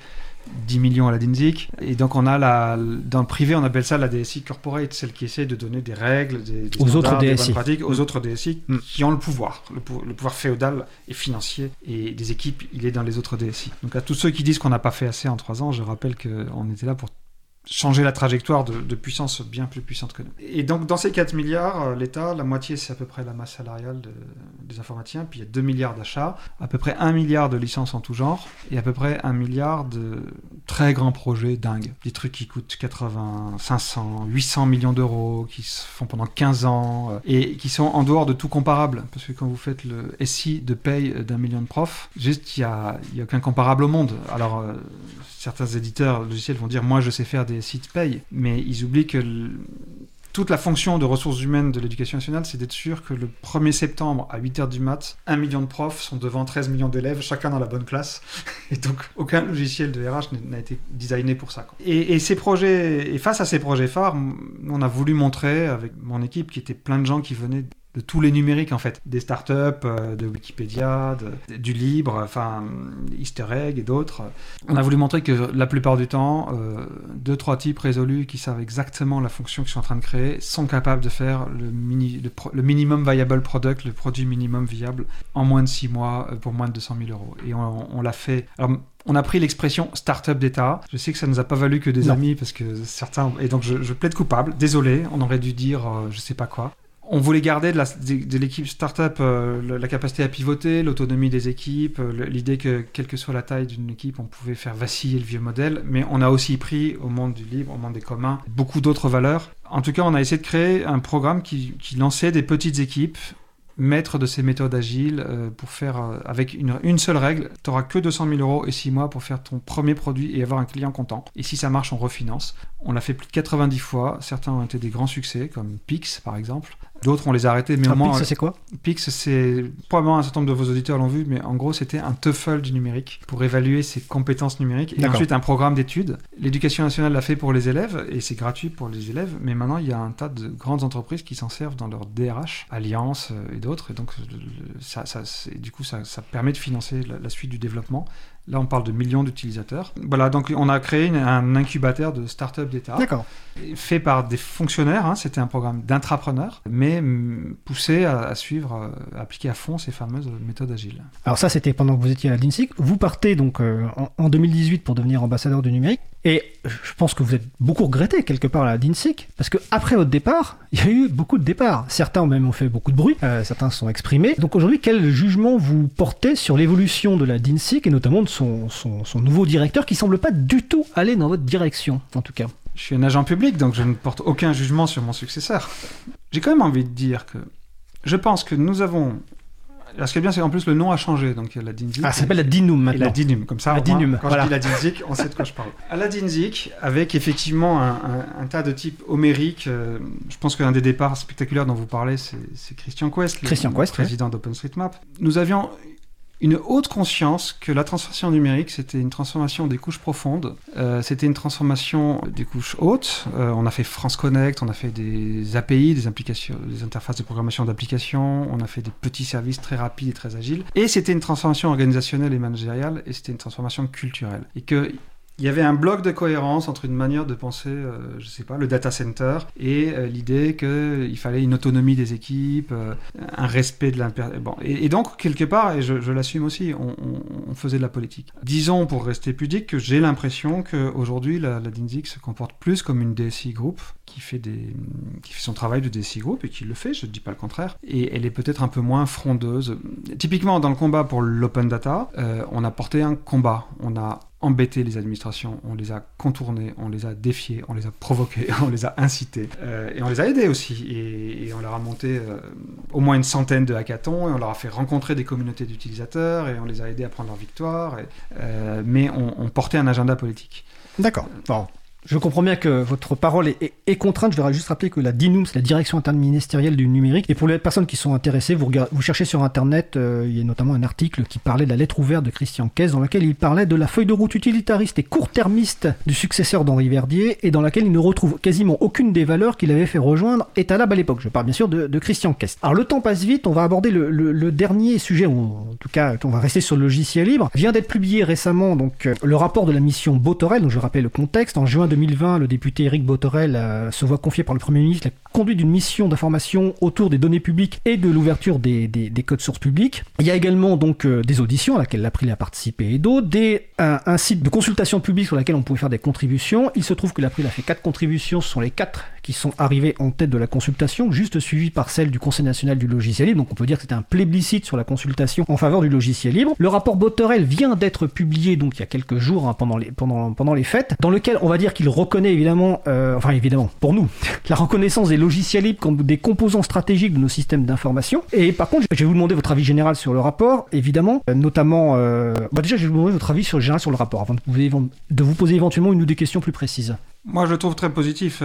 10 millions à la DINSIC. Et donc, on a dans le privé, on appelle ça la DSI corporate, celle qui essaie de donner des règles, des aux standards, autres des DSI. bonnes pratiques aux autres DSI qui ont le pouvoir féodal et financier. Et des équipes, il est dans les autres DSI. Donc, à tous ceux qui disent qu'on n'a pas fait assez en 3 ans, je rappelle qu'on était là pour changer la trajectoire de puissance bien plus puissante que nous. Et donc, dans ces 4 milliards, l'État, la moitié, c'est à peu près la masse salariale des informaticiens, puis il y a 2 milliards d'achats, à peu près 1 milliard de licences en tout genre, et à peu près 1 milliard de très grands projets dingues. Des trucs qui coûtent 80, 500, 800 millions d'euros, qui se font pendant 15 ans, et qui sont en dehors de tout comparable. Parce que quand vous faites le SI de paye d'1 million de profs, juste, il n'y a aucun comparable au monde. Alors, certains éditeurs logiciels vont dire « moi, je sais faire des sites paye », mais ils oublient que toute la fonction de ressources humaines de l'éducation nationale, c'est d'être sûr que le 1er septembre, à 8h du mat, 1 million de profs sont devant 13 millions d'élèves, chacun dans la bonne classe. Et donc, aucun logiciel de RH n'a été designé pour ça. Et ces projets, et face à ces projets phares, on a voulu montrer, avec mon équipe, qui était plein de gens qui venaient de tous les numériques en fait, des startups, de Wikipédia, du libre, enfin Easter Egg et d'autres. On a voulu montrer que la plupart du temps, 2-3 types résolus qui savent exactement la fonction qu'ils sont en train de créer sont capables de faire le minimum viable product, le produit minimum viable, en moins de 6 mois pour moins de 200 000 euros. Et on l'a fait. Alors, on a pris l'expression start-up d'État. Je sais que ça ne nous a pas valu que des amis parce que certains. Et donc je plaide coupable. Désolé, on aurait dû dire je sais pas quoi. On voulait garder de l'équipe startup la capacité à pivoter, l'autonomie des équipes, l'idée que, quelle que soit la taille d'une équipe, on pouvait faire vaciller le vieux modèle, mais on a aussi pris au monde du libre, au monde des communs, beaucoup d'autres valeurs. En tout cas, on a essayé de créer un programme qui lançait des petites équipes, maître de ces méthodes agiles pour faire avec une seule règle, tu n'auras que 200 000 euros et 6 mois pour faire ton premier produit et avoir un client content. Et si ça marche, on refinance. On l'a fait plus de 90 fois. Certains ont été des grands succès, comme Pix par exemple. D'autres, on les a arrêtés. Mais au moins, Pix, c'est quoi ? Pix, c'est probablement un certain nombre de vos auditeurs l'ont vu, mais en gros, c'était un TOEFL du numérique pour évaluer ses compétences numériques. Et ensuite, un programme d'études. L'éducation nationale l'a fait pour les élèves et c'est gratuit pour les élèves. Mais maintenant, il y a un tas de grandes entreprises qui s'en servent dans leur DRH, Alliance et d'autres. Et donc, du coup, ça permet de financer la suite du développement. Là, on parle de millions d'utilisateurs. Voilà, donc on a créé un incubateur de start-up d'État. D'accord. Fait par des fonctionnaires. Hein, c'était un programme d'intrapreneurs, mais poussé à suivre, à appliquer à fond ces fameuses méthodes agiles. Alors ça, c'était pendant que vous étiez à la DINSIC. Vous partez donc en 2018 pour devenir ambassadeur du numérique. Et je pense que vous êtes beaucoup regretté quelque part à la DINSIC, parce qu'après votre départ, il y a eu beaucoup de départs. Certains ont fait beaucoup de bruit, certains se sont exprimés. Donc aujourd'hui, quel jugement vous portez sur l'évolution de la DINSIC, et notamment de son nouveau directeur, qui semble pas du tout aller dans votre direction, en tout cas? Je suis un agent public, donc je ne porte aucun jugement sur mon successeur. J'ai quand même envie de dire que je pense que nous avons... Alors, ce qui est bien, c'est qu'en plus, le nom a changé. Donc, il y a la DINSIC. Ah, ça s'appelle la DINUM maintenant. Et la DINUM, comme ça, la DINUM, quand je dis la DINSIC, on sait de quoi je parle. À la DINSIC, avec effectivement un tas de types homériques, je pense qu'un des départs spectaculaires dont vous parlez, c'est Christian Quest, le président d'OpenStreetMap. Nous avions une haute conscience que la transformation numérique, c'était une transformation des couches profondes, c'était une transformation des couches hautes. On a fait France Connect, on a fait des API, des interfaces de programmation d'applications, on a fait des petits services très rapides et très agiles. Et c'était une transformation organisationnelle et managériale, et c'était une transformation culturelle. Et que il y avait un bloc de cohérence entre une manière de penser, je sais pas, le data center et l'idée qu'il fallait une autonomie des équipes, un respect de bon, et donc, quelque part, et je l'assume aussi, on faisait de la politique. Disons, pour rester pudique, que j'ai l'impression qu'aujourd'hui, la DINSIC se comporte plus comme une DSI Group qui fait son travail de DSI Group et qui le fait, je ne dis pas le contraire, et elle est peut-être un peu moins frondeuse. Typiquement, dans le combat pour l'open data, on a porté un combat, on a embêté les administrations, on les a contournées, on les a défiées, on les a provoquées, on les a incitées, et on les a aidés aussi, et on leur a monté au moins une centaine de hackathons, et on leur a fait rencontrer des communautés d'utilisateurs, et on les a aidés à prendre leur victoire, mais on portait un agenda politique. D'accord. Bon. Je comprends bien que votre parole est contrainte. Je voudrais juste rappeler que la DINUM, c'est la Direction interministérielle du numérique. Et pour les personnes qui sont intéressées, vous cherchez sur Internet, il y a notamment un article qui parlait de la lettre ouverte de Christian Kess, dans laquelle il parlait de la feuille de route utilitariste et court-termiste du successeur d'Henri Verdier, et dans laquelle il ne retrouve quasiment aucune des valeurs qu'il avait fait rejoindre Etalab à l'époque. Je parle bien sûr de Christian Kess. Alors le temps passe vite, on va aborder le dernier sujet, en tout cas on va rester sur le logiciel libre. Vient d'être publié récemment donc le rapport de la mission Botorel, donc je rappelle le contexte. En juin 2020, le député Éric Botorel se voit confier par le Premier ministre la conduite d'une mission d'information autour des données publiques et de l'ouverture des codes sources publics. Il y a également donc des auditions à laquelle l'April a participé et d'autres, un site de consultation publique sur laquelle on pouvait faire des contributions. Il se trouve que l'April a fait 4 contributions, ce sont les 4 qui sont arrivées en tête de la consultation, juste suivies par celle du Conseil national du logiciel libre, donc on peut dire que c'était un plébiscite sur la consultation en faveur du logiciel libre. Le rapport Botorel vient d'être publié donc il y a quelques jours, pendant les fêtes, dans lequel on va dire qu'il reconnaît évidemment, pour nous, la reconnaissance des logiciels libres comme des composants stratégiques de nos systèmes d'information. Et par contre, je vais vous demander votre avis général sur le rapport, évidemment, notamment... déjà, je vais vous demander votre avis général sur le rapport, avant de vous poser éventuellement une ou des questions plus précises. Moi, je le trouve très positif.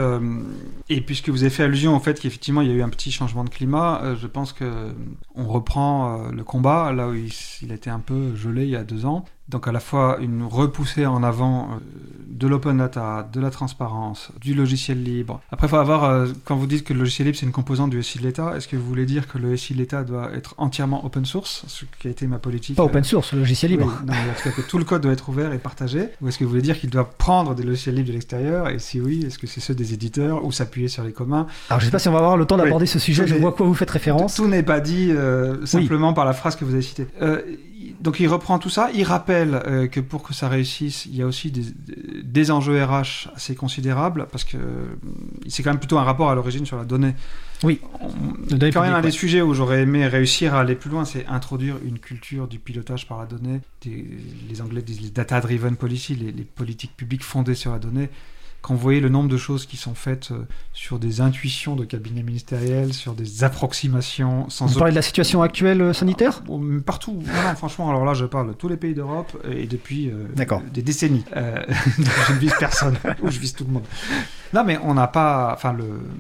Et puisque vous avez fait allusion au fait qu'effectivement, il y a eu un petit changement de climat, je pense qu'on reprend le combat là où il a été un peu gelé il y a 2 ans. Donc à la fois une repoussée en avant de l'open data, de la transparence, du logiciel libre. Après, il faut avoir, quand vous dites que le logiciel libre c'est une composante du SI de l'État, est-ce que vous voulez dire que le SI de l'État doit être entièrement open source, ce qui a été ma politique? Pas open source, le logiciel libre. Oui, non, en tout cas que tout le code doit être ouvert et partagé. Ou est-ce que vous voulez dire qu'il doit prendre des logiciels libres de l'extérieur? Et si oui, est-ce que c'est ceux des éditeurs ou s'appuyer sur les communs? Alors je ne sais pas si on va avoir le temps d'aborder ce sujet, je vois à quoi vous faites référence. Tout n'est pas dit simplement par la phrase que vous avez citée. Donc il reprend tout ça, il rappelle que pour que ça réussisse, il y a aussi des enjeux RH assez considérables, parce que c'est quand même plutôt un rapport à l'origine sur la donnée. Oui. Quand même un des sujets où j'aurais aimé réussir à aller plus loin, c'est introduire une culture du pilotage par la donnée. Les Anglais disent les data-driven policy, les politiques publiques fondées sur la donnée. Quand vous voyez le nombre de choses qui sont faites sur des intuitions de cabinets ministériels, sur des approximations... Vous parlez de la situation actuelle sanitaire ? Partout. Non, franchement, alors là, je parle de tous les pays d'Europe et depuis des décennies. Je ne vise personne, ou je vise tout le monde. Non, mais on n'a pas... Enfin,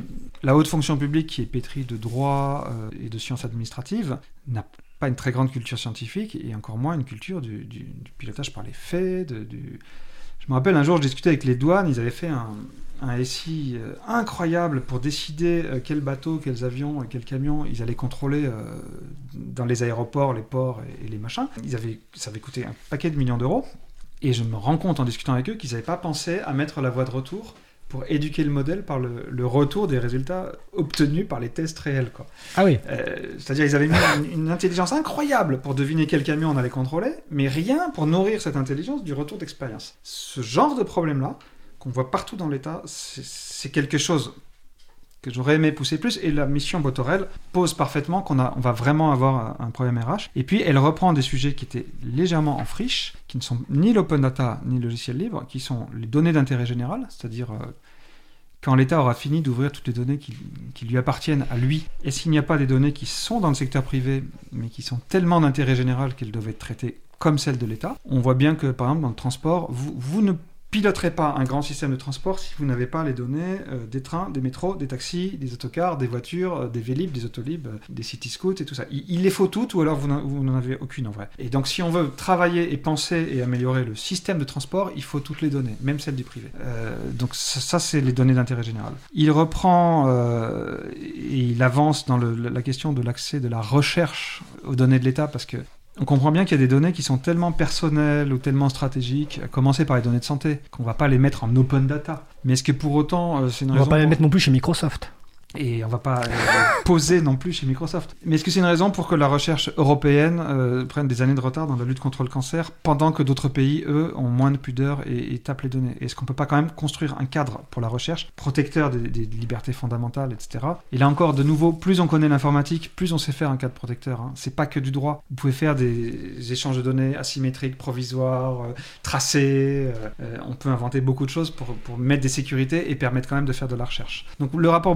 la haute fonction publique qui est pétrie de droit et de sciences administratives n'a pas une très grande culture scientifique et encore moins une culture du pilotage par les faits, Je me rappelle un jour, je discutais avec les douanes, ils avaient fait un SI incroyable pour décider quels bateaux, quels avions et quels camions ils allaient contrôler dans les aéroports, les ports et les machins. Ça avait coûté un paquet de millions d'euros. Et je me rends compte en discutant avec eux qu'ils n'avaient pas pensé à mettre la voie de retour pour éduquer le modèle par le retour des résultats obtenus par les tests réels, quoi. Ah oui. C'est-à-dire ils avaient mis une intelligence incroyable pour deviner quel camion on allait contrôler, mais rien pour nourrir cette intelligence du retour d'expérience. Ce genre de problème-là, qu'on voit partout dans l'État, c'est quelque chose que j'aurais aimé pousser plus, et la mission Botorel pose parfaitement on va vraiment avoir un problème RH. Et puis elle reprend des sujets qui étaient légèrement en friche, qui ne sont ni l'open data ni le logiciel libre, qui sont les données d'intérêt général, c'est-à-dire quand l'État aura fini d'ouvrir toutes les données qui lui appartiennent à lui, et s'il n'y a pas des données qui sont dans le secteur privé, mais qui sont tellement d'intérêt général qu'elles doivent être traitées comme celles de l'État, on voit bien que, par exemple, dans le transport, vous ne piloterez pas un grand système de transport si vous n'avez pas les données des trains, des métros, des taxis, des autocars, des voitures, des Vélib, des Autolib, des Cityscoot et tout ça. Il les faut toutes, ou alors vous n'en avez aucune en vrai. Et donc si on veut travailler et penser et améliorer le système de transport, il faut toutes les données, même celles du privé. Donc ça c'est les données d'intérêt général. Il reprend et il avance dans la question de l'accès de la recherche aux données de l'État, parce que on comprend bien qu'il y a des données qui sont tellement personnelles ou tellement stratégiques, à commencer par les données de santé, qu'on ne va pas les mettre en open data. Mais est-ce que pour autant, c'est une raison... On ne va pas les mettre non plus chez Microsoft. Et on ne va pas poser non plus chez Microsoft. Mais est-ce que c'est une raison pour que la recherche européenne prenne des années de retard dans la lutte contre le cancer, pendant que d'autres pays, eux, ont moins de pudeur et tapent les données? Est-ce qu'on ne peut pas quand même construire un cadre pour la recherche, protecteur des libertés fondamentales, etc. Et là encore, de nouveau, plus on connaît l'informatique, plus on sait faire un cadre protecteur. Hein. C'est pas que du droit. Vous pouvez faire des échanges de données asymétriques, provisoires, tracés. On peut inventer beaucoup de choses pour mettre des sécurités et permettre quand même de faire de la recherche. Donc le rapport Botorel,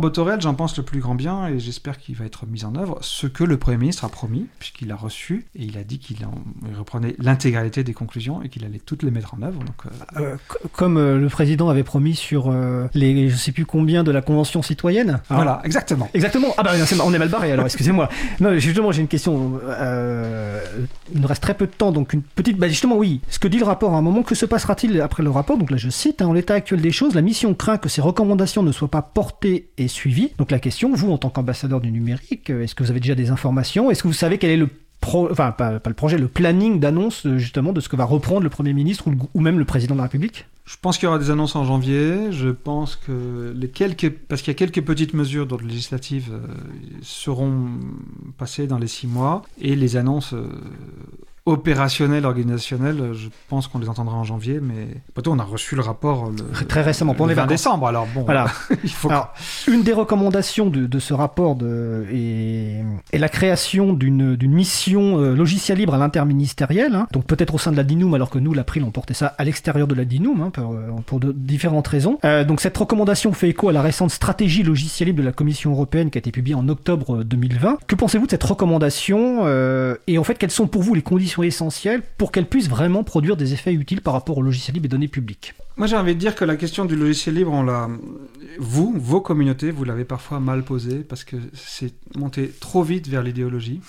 j'en pense le plus grand bien et j'espère qu'il va être mis en œuvre, ce que le Premier ministre a promis, puisqu'il a reçu et il a dit qu'il reprenait l'intégralité des conclusions et qu'il allait toutes les mettre en œuvre. Donc, comme le président avait promis sur les je sais plus combien de la Convention citoyenne. Voilà, exactement. Exactement. Ah bah on est mal barré alors, excusez-moi. Non, justement, j'ai une question. Il nous reste très peu de temps, donc une petite... justement, oui. Ce que dit le rapport à un moment, que se passera-t-il après le rapport? Donc là, je cite, en l'état actuel des choses, la mission craint que ces recommandations ne soient pas portées et suivies. Donc la question, vous, en tant qu'ambassadeur du numérique, est-ce que vous avez déjà des informations? Est-ce que vous savez quel est le pas le projet, le planning d'annonce justement de ce que va reprendre le Premier ministre ou même le Président de la République? Je pense qu'il y aura des annonces en janvier. Je pense que parce qu'il y a quelques petites mesures d'ordre législatif seront passées dans les 6 mois et les annonces opérationnelles, organisationnelles, je pense qu'on les entendra en janvier, mais plutôt on a reçu le rapport très récemment, le 20 décembre. Alors bon, voilà. Il faut. Alors, une des recommandations de ce rapport est la création d'une mission logiciel libre à l'interministériel, hein, donc peut-être au sein de la DINUM, alors que nous, l'April, on portait ça à l'extérieur de la DINUM, hein, pour différentes raisons. Donc cette recommandation fait écho à la récente stratégie logiciel libre de la Commission européenne qui a été publiée en octobre 2020. Que pensez-vous de cette recommandation et en fait, quelles sont pour vous les conditions essentielles pour qu'elle puisse vraiment produire des effets utiles par rapport au logiciel libre et données publiques? Moi, j'ai envie de dire que la question du logiciel libre, vos communautés, vous l'avez parfois mal posée parce que c'est monté trop vite vers l'idéologie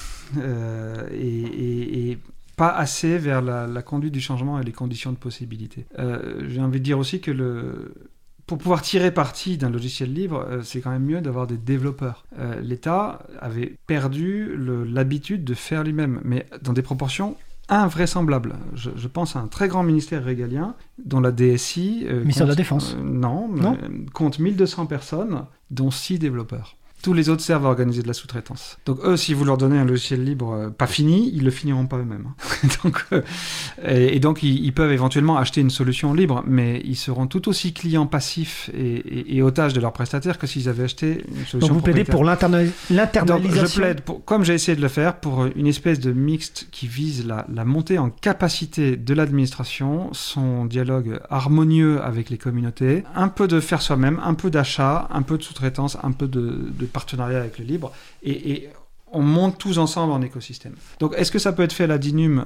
et pas assez vers la conduite du changement et les conditions de possibilité. J'ai envie de dire aussi que pour pouvoir tirer parti d'un logiciel libre, c'est quand même mieux d'avoir des développeurs. L'État avait perdu l'habitude de faire lui-même, mais dans des proportions invraisemblables. Je pense à un très grand ministère régalien dont la DSI... ministère de la Défense. Non, compte 1200 personnes, dont 6 développeurs. Tous les autres servent à organiser de la sous-traitance. Donc eux, si vous leur donnez un logiciel libre pas fini, ils le finiront pas eux-mêmes. donc ils peuvent éventuellement acheter une solution libre, mais ils seront tout aussi clients passifs et otages de leurs prestataires que s'ils avaient acheté une solution. Donc vous plaidez pour l'internalisation. Donc je plaide, comme j'ai essayé de le faire, pour une espèce de mixte qui vise la montée en capacité de l'administration, son dialogue harmonieux avec les communautés, un peu de faire soi-même, un peu d'achat, un peu de sous-traitance, un peu de partenariat avec le libre, et on monte tous ensemble en écosystème. Donc est-ce que ça peut être fait à la DINUM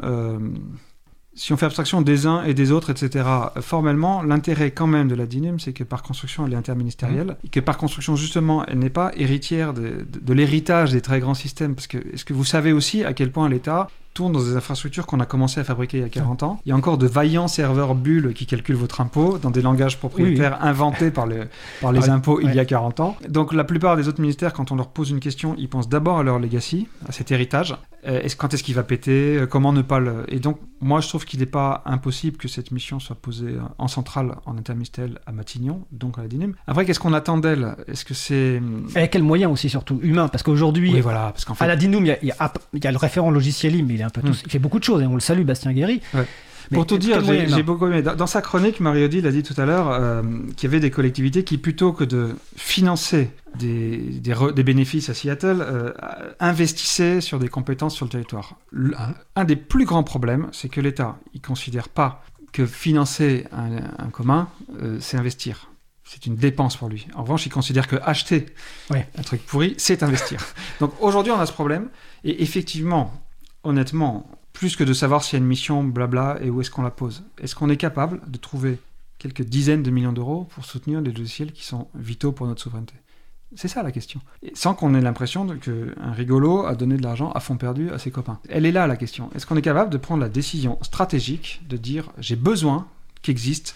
si on fait abstraction des uns et des autres, etc. Formellement, l'intérêt quand même de la DINUM, c'est que par construction, elle est interministérielle, et que par construction, justement, elle n'est pas héritière de l'héritage des très grands systèmes. Parce que est-ce que vous savez aussi à quel point l'État tourne dans des infrastructures qu'on a commencé à fabriquer il y a 40 ans. Il y a encore de vaillants serveurs bulles qui calculent votre impôt dans des langages propriétaires inventés par les impôts il y a 40 ans. Donc la plupart des autres ministères, quand on leur pose une question, ils pensent d'abord à leur legacy, à cet héritage. Quand est-ce qu'il va péter? Comment ne pas le... Et donc, moi, je trouve qu'il n'est pas impossible que cette mission soit posée en centrale, en interministériel à Matignon, donc à la DINUM. Après, qu'est-ce qu'on attend d'elle? Est-ce que c'est... Avec quels moyens aussi, surtout humains? Parce qu'aujourd'hui, oui, voilà, parce qu'en fait... à la DINUM, il y a le référent logiciel libre, mais il est un peu il fait beaucoup de choses, et on le salue, Bastien Guéry. Ouais. Pour tout dire, j'ai beaucoup aimé. Dans sa chronique, Marie-Odile a dit tout à l'heure qu'il y avait des collectivités qui, plutôt que de financer des bénéfices à Seattle, investissaient sur des compétences sur le territoire. Un des plus grands problèmes, c'est que l'État, il ne considère pas que financer un commun, c'est investir. C'est une dépense pour lui. En revanche, il considère que acheter un truc pourri, c'est investir. Donc aujourd'hui, on a ce problème. Et effectivement, honnêtement, plus que de savoir s'il y a une mission, blabla, et où est-ce qu'on la pose, est-ce qu'on est capable de trouver quelques dizaines de millions d'euros pour soutenir des logiciels qui sont vitaux pour notre souveraineté? C'est ça la question. Et sans qu'on ait l'impression qu'un rigolo a donné de l'argent à fond perdu à ses copains. Elle est là la question. Est-ce qu'on est capable de prendre la décision stratégique de dire j'ai besoin qu'existe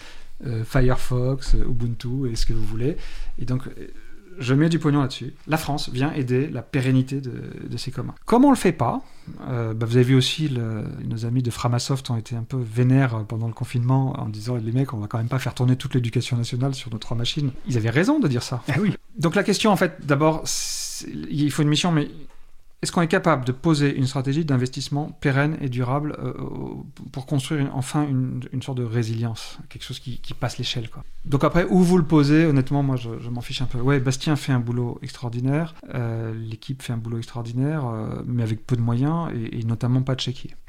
Firefox, Ubuntu et ce que vous voulez, et donc je mets du pognon là-dessus. La France vient aider la pérennité de ces communs. Comme on le fait pas, vous avez vu aussi nos amis de Framasoft ont été un peu vénères pendant le confinement en disant les mecs, on va quand même pas faire tourner toute l'éducation nationale sur nos 3 machines. Ils avaient raison de dire ça. Ah oui. Donc la question en fait, d'abord, il faut une mission, mais est-ce qu'on est capable de poser une stratégie d'investissement pérenne et durable pour construire enfin une sorte de résilience, quelque chose qui passe l'échelle, quoi. Donc après, où vous le posez, honnêtement, moi je m'en fiche un peu. Ouais, Bastien fait un boulot extraordinaire, l'équipe fait un boulot extraordinaire, mais avec peu de moyens et notamment pas de chéquier.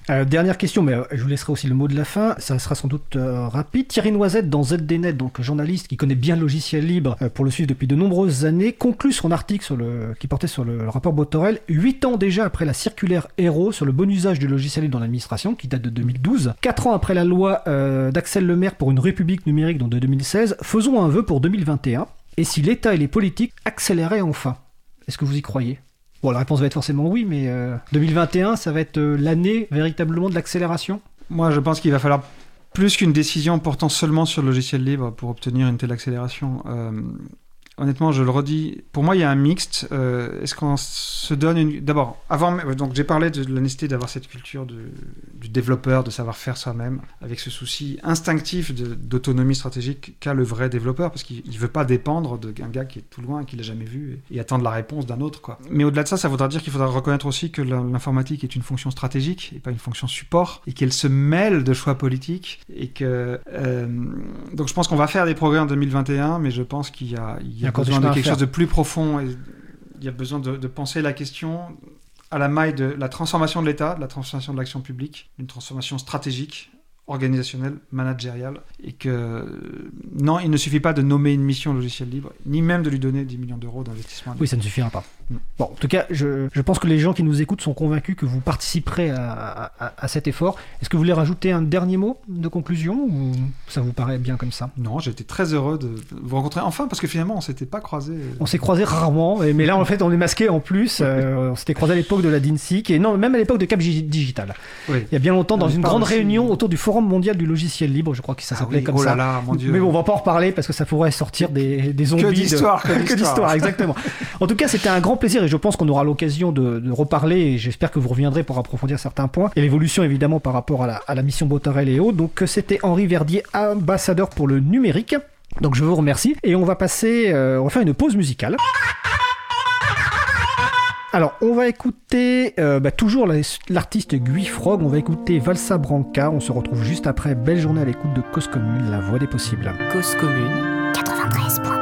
Dernière question, mais je vous laisserai aussi le mot de la fin. Ça sera sans doute rapide. Thierry Noisette, dans ZDNet, donc journaliste qui connaît bien le logiciel libre pour le suivre depuis de nombreuses années, conclut son article qui portait sur le rapport Botorel 8 ans déjà après la circulaire Hérault sur le bon usage du logiciel libre dans l'administration, qui date de 2012. 4 ans après la loi d'Axel Lemaire pour une république numérique, donc de 2016. Faisons un vœu pour 2021. Et si l'État et les politiques accéléraient enfin? Est-ce que vous y croyez? Bon, la réponse va être forcément oui, mais 2021, ça va être l'année véritablement de l'accélération? Moi, je pense qu'il va falloir plus qu'une décision portant seulement sur le logiciel libre pour obtenir une telle accélération. Honnêtement, je le redis, pour moi, il y a un mixte. Est-ce qu'on se donne une... D'abord, donc j'ai parlé de la nécessité d'avoir cette culture du développeur, de savoir faire soi-même, avec ce souci instinctif d'autonomie stratégique qu'a le vrai développeur, parce qu'il ne veut pas dépendre d'un gars qui est tout loin, qui ne l'a jamais vu, et attendre la réponse d'un autre, quoi. Mais au-delà de ça, ça voudra dire qu'il faudra reconnaître aussi que l'informatique est une fonction stratégique, et pas une fonction support, et qu'elle se mêle de choix politiques, et que... donc je pense qu'on va faire des progrès en 2021, mais je pense qu'il y a besoin de quelque chose de plus profond, et il y a besoin de penser la question à la maille de la transformation de l'État, de la transformation de l'action publique, une transformation stratégique, organisationnelle, managériale, et que non, il ne suffit pas de nommer une mission logiciel libre, ni même de lui donner 10 millions d'euros d'investissement. Oui, ça ne suffira pas. Bon, en tout cas, je pense que les gens qui nous écoutent sont convaincus que vous participerez à cet effort. Est-ce que vous voulez rajouter un dernier mot de conclusion, ou ça vous paraît bien comme ça? Non, j'ai été très heureux de vous rencontrer enfin, parce que finalement, on ne s'était pas croisés. On s'est croisés rarement, mais là, en fait, on est masqués en plus. On s'était croisés à l'époque de la DINSIC, et non, même à l'époque de Cap Digital. Oui. Il y a bien longtemps, dans une grande réunion autour du Forum mondial du logiciel libre, je crois que ça s'appelait comme ça. Là, mon Dieu. Mais bon, on va pas en reparler, parce que ça pourrait sortir des zombies. Que d'histoire, exactement. En tout cas, c'était un grand plaisir, et je pense qu'on aura l'occasion de reparler, et j'espère que vous reviendrez pour approfondir certains points, et l'évolution évidemment par rapport à la mission Botorel et autres. Donc c'était Henri Verdier, ambassadeur pour le numérique. Donc je vous remercie, et on va faire une pause musicale. Alors, on va écouter toujours l'artiste Guy Frog, on va écouter Valsa Branca, on se retrouve juste après. Belle journée à l'écoute de Cause Commune, la voix des possibles. Cause Commune 93.1.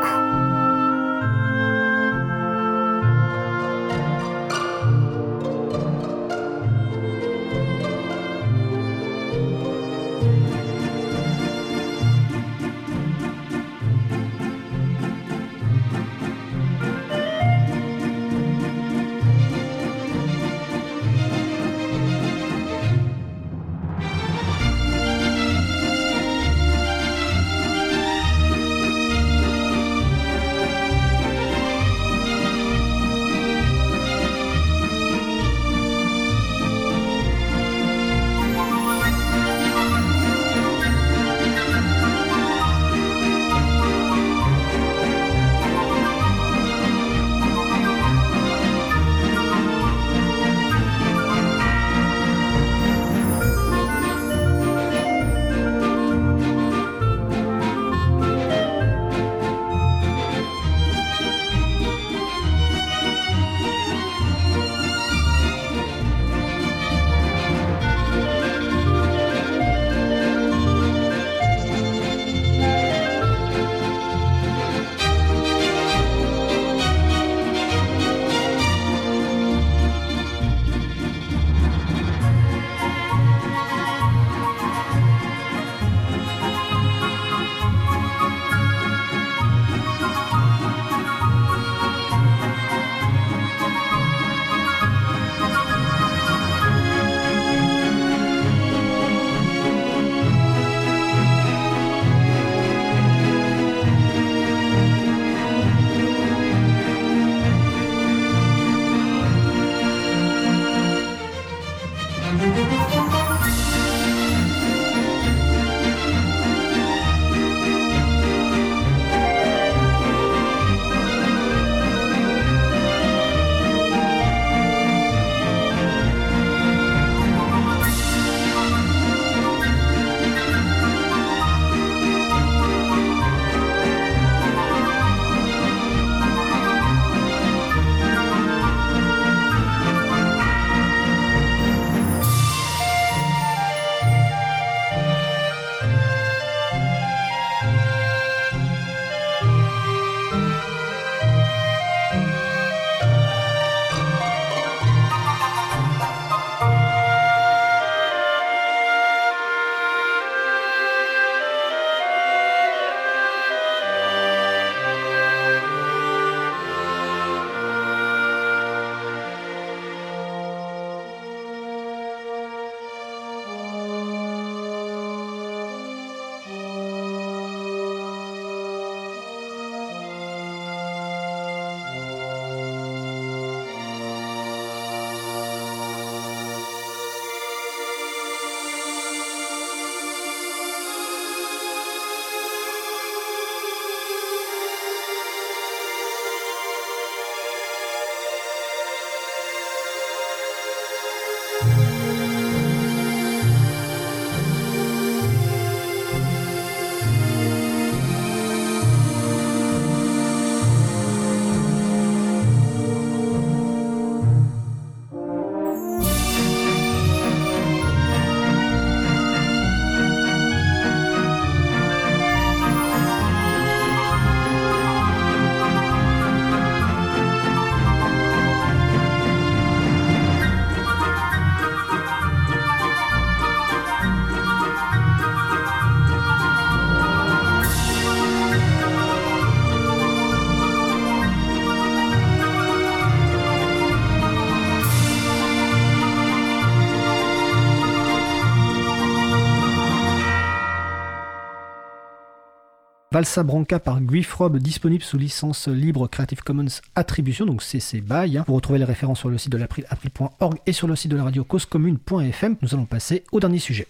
Valsa Branca par Guifrob, disponible sous licence libre Creative Commons Attribution, donc CC BY. Vous retrouvez les références sur le site de l'April, april.org, et sur le site de la radio causecommune.fm. Nous allons passer au dernier sujet.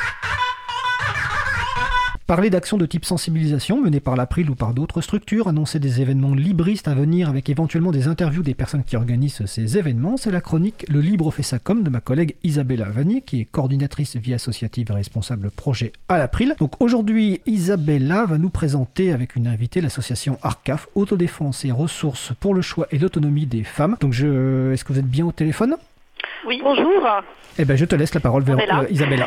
Parler d'actions de type sensibilisation menées par l'April ou par d'autres structures, annoncer des événements libristes à venir avec éventuellement des interviews des personnes qui organisent ces événements, c'est la chronique Le Libre fait sa com de ma collègue Isabella Vanier, qui est coordinatrice vie associative et responsable projet à l'April. Donc aujourd'hui, Isabella va nous présenter avec une invitée l'association ARCAF, Autodéfense et Ressources pour le choix et l'autonomie des femmes. Donc est-ce que vous êtes bien au téléphone ? Oui, bonjour. Eh ben je te laisse la parole vers Isabella.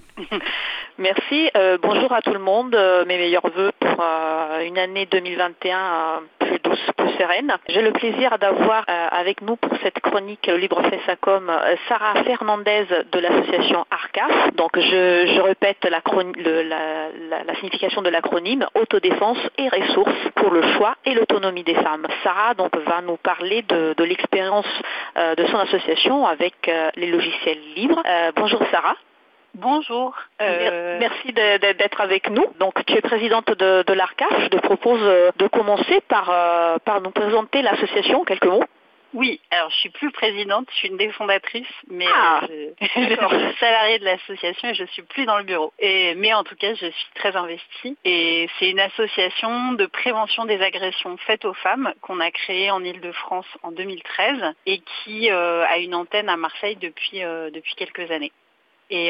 Merci. Bonjour à tout le monde. Mes meilleurs vœux pour une année 2021 plus douce, plus sereine. J'ai le plaisir d'avoir avec nous pour cette chronique Libre fait sa com Sarah Fernandez de l'association ARCAF. Donc je répète la signification de l'acronyme Autodéfense et ressources pour le choix et l'autonomie des femmes. Sarah donc va nous parler de l'expérience de son association avec les logiciels libres. Bonjour Sarah. Bonjour. Merci d'être avec nous. Donc, tu es présidente de l'ARCAF. Je te propose de commencer par nous présenter l'association en quelques mots. Oui, alors je suis plus présidente, je suis une des fondatrices, mais je suis salariée de l'association et je suis plus dans le bureau. Mais en tout cas, je suis très investie et c'est une association de prévention des agressions faites aux femmes qu'on a créée en Île-de-France en 2013 et qui a une antenne à Marseille depuis quelques années. Et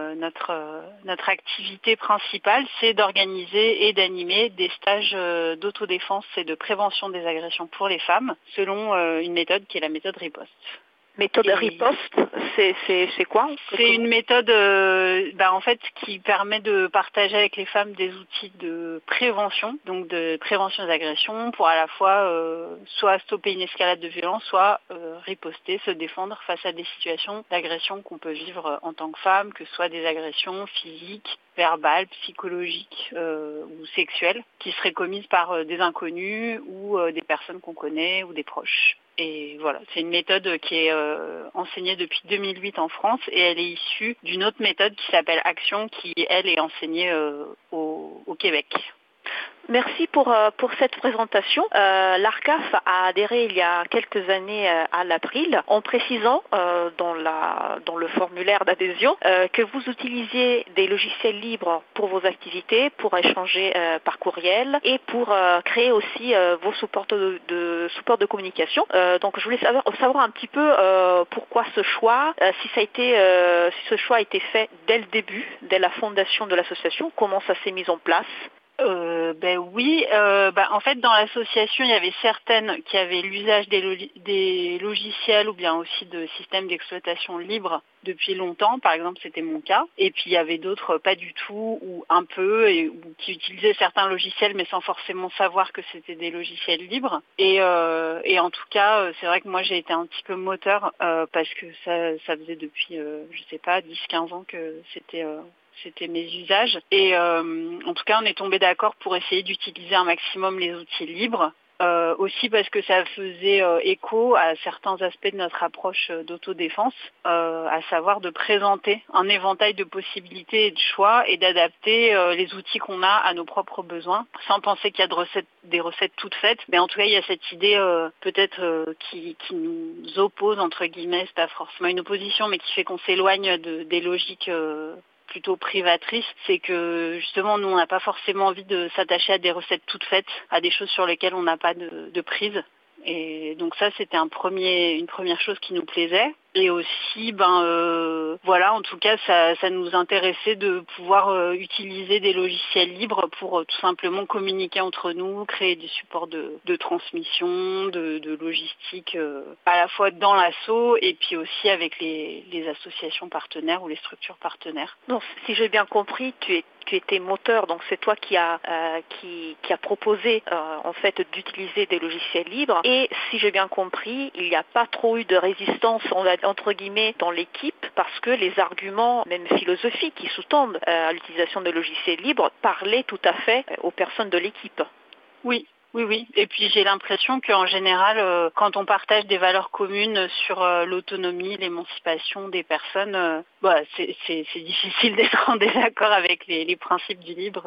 notre activité principale, c'est d'organiser et d'animer des stages d'autodéfense et de prévention des agressions pour les femmes, selon une méthode qui est la méthode riposte. Méthode riposte, c'est quoi ? C'est une méthode en fait qui permet de partager avec les femmes des outils de prévention, donc de prévention des agressions, pour à la fois soit stopper une escalade de violence, soit riposter, se défendre face à des situations d'agression qu'on peut vivre en tant que femme, que ce soit des agressions physiques, verbales, psychologiques ou sexuelles, qui seraient commises par des inconnus ou des personnes qu'on connaît ou des proches. Et voilà, c'est une méthode qui est enseignée depuis 2008 en France et elle est issue d'une autre méthode qui s'appelle Action, qui elle est enseignée au Québec. Merci pour cette présentation. L'ARCAF a adhéré il y a quelques années à l'April en précisant dans le formulaire d'adhésion que vous utilisiez des logiciels libres pour vos activités, pour échanger par courriel et pour créer aussi vos supports de communication. Donc je voulais savoir un petit peu pourquoi ce choix, si ce choix a été fait dès le début, dès la fondation de l'association, comment ça s'est mis en place. En fait dans l'association il y avait certaines qui avaient l'usage des logiciels ou bien aussi de systèmes d'exploitation libres depuis longtemps, par exemple c'était mon cas, et puis il y avait d'autres pas du tout ou un peu ou qui utilisaient certains logiciels mais sans forcément savoir que c'était des logiciels libres et en tout cas c'est vrai que moi j'ai été un petit peu moteur parce que ça faisait depuis 10-15 ans que c'était mes usages et en tout cas on est tombé d'accord pour essayer d'utiliser un maximum les outils libres. Aussi parce que ça faisait écho à certains aspects de notre approche d'autodéfense, à savoir de présenter un éventail de possibilités et de choix et d'adapter les outils qu'on a à nos propres besoins, sans penser qu'il y a des recettes toutes faites. Mais en tout cas, il y a cette idée peut-être qui nous oppose, entre guillemets, c'est pas forcément une opposition, mais qui fait qu'on s'éloigne des logiques plutôt privatrice, c'est que justement nous on n'a pas forcément envie de s'attacher à des recettes toutes faites, à des choses sur lesquelles on n'a pas de prise. Et donc ça c'était une première chose qui nous plaisait. Et aussi, en tout cas, ça nous intéressait de pouvoir utiliser des logiciels libres pour tout simplement communiquer entre nous, créer des supports de transmission, de logistique, à la fois dans l'asso et puis aussi avec les associations partenaires ou les structures partenaires. Donc, si j'ai bien compris, tu étais moteur, donc c'est toi qui a proposé en fait d'utiliser des logiciels libres. Et si j'ai bien compris, il n'y a pas trop eu de résistance, on va entre guillemets, dans l'équipe, parce que les arguments, même philosophiques, qui sous-tendent à l'utilisation de logiciels libres, parlaient tout à fait aux personnes de l'équipe. Oui. Et puis j'ai l'impression qu'en général, quand on partage des valeurs communes sur l'autonomie, l'émancipation des personnes, c'est difficile d'être en désaccord avec les principes du libre.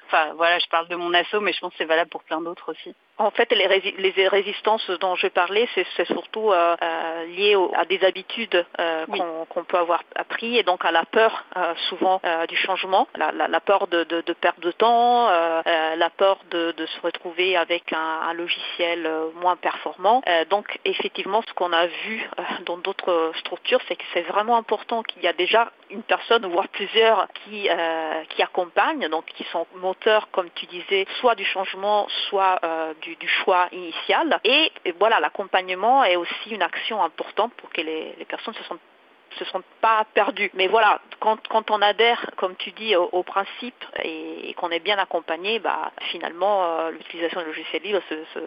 Enfin, voilà, je parle de mon asso, mais je pense que c'est valable pour plein d'autres aussi. En fait, les résistances dont je parlais, c'est surtout lié à des habitudes qu'on peut avoir appris et donc à la peur souvent du changement, la peur de perdre de temps, la peur de se retrouver avec un logiciel moins performant. Donc effectivement, ce qu'on a vu dans d'autres structures, c'est que c'est vraiment important qu'il y a déjà une personne, voire plusieurs, qui accompagnent, donc qui sont moteurs, comme tu disais, soit du changement, soit du choix initial. Et voilà, l'accompagnement est aussi une action importante pour que les personnes se sentent pas perdues. Mais voilà, quand on adhère, comme tu dis, au principe et qu'on est bien accompagné, finalement, l'utilisation du logiciel libre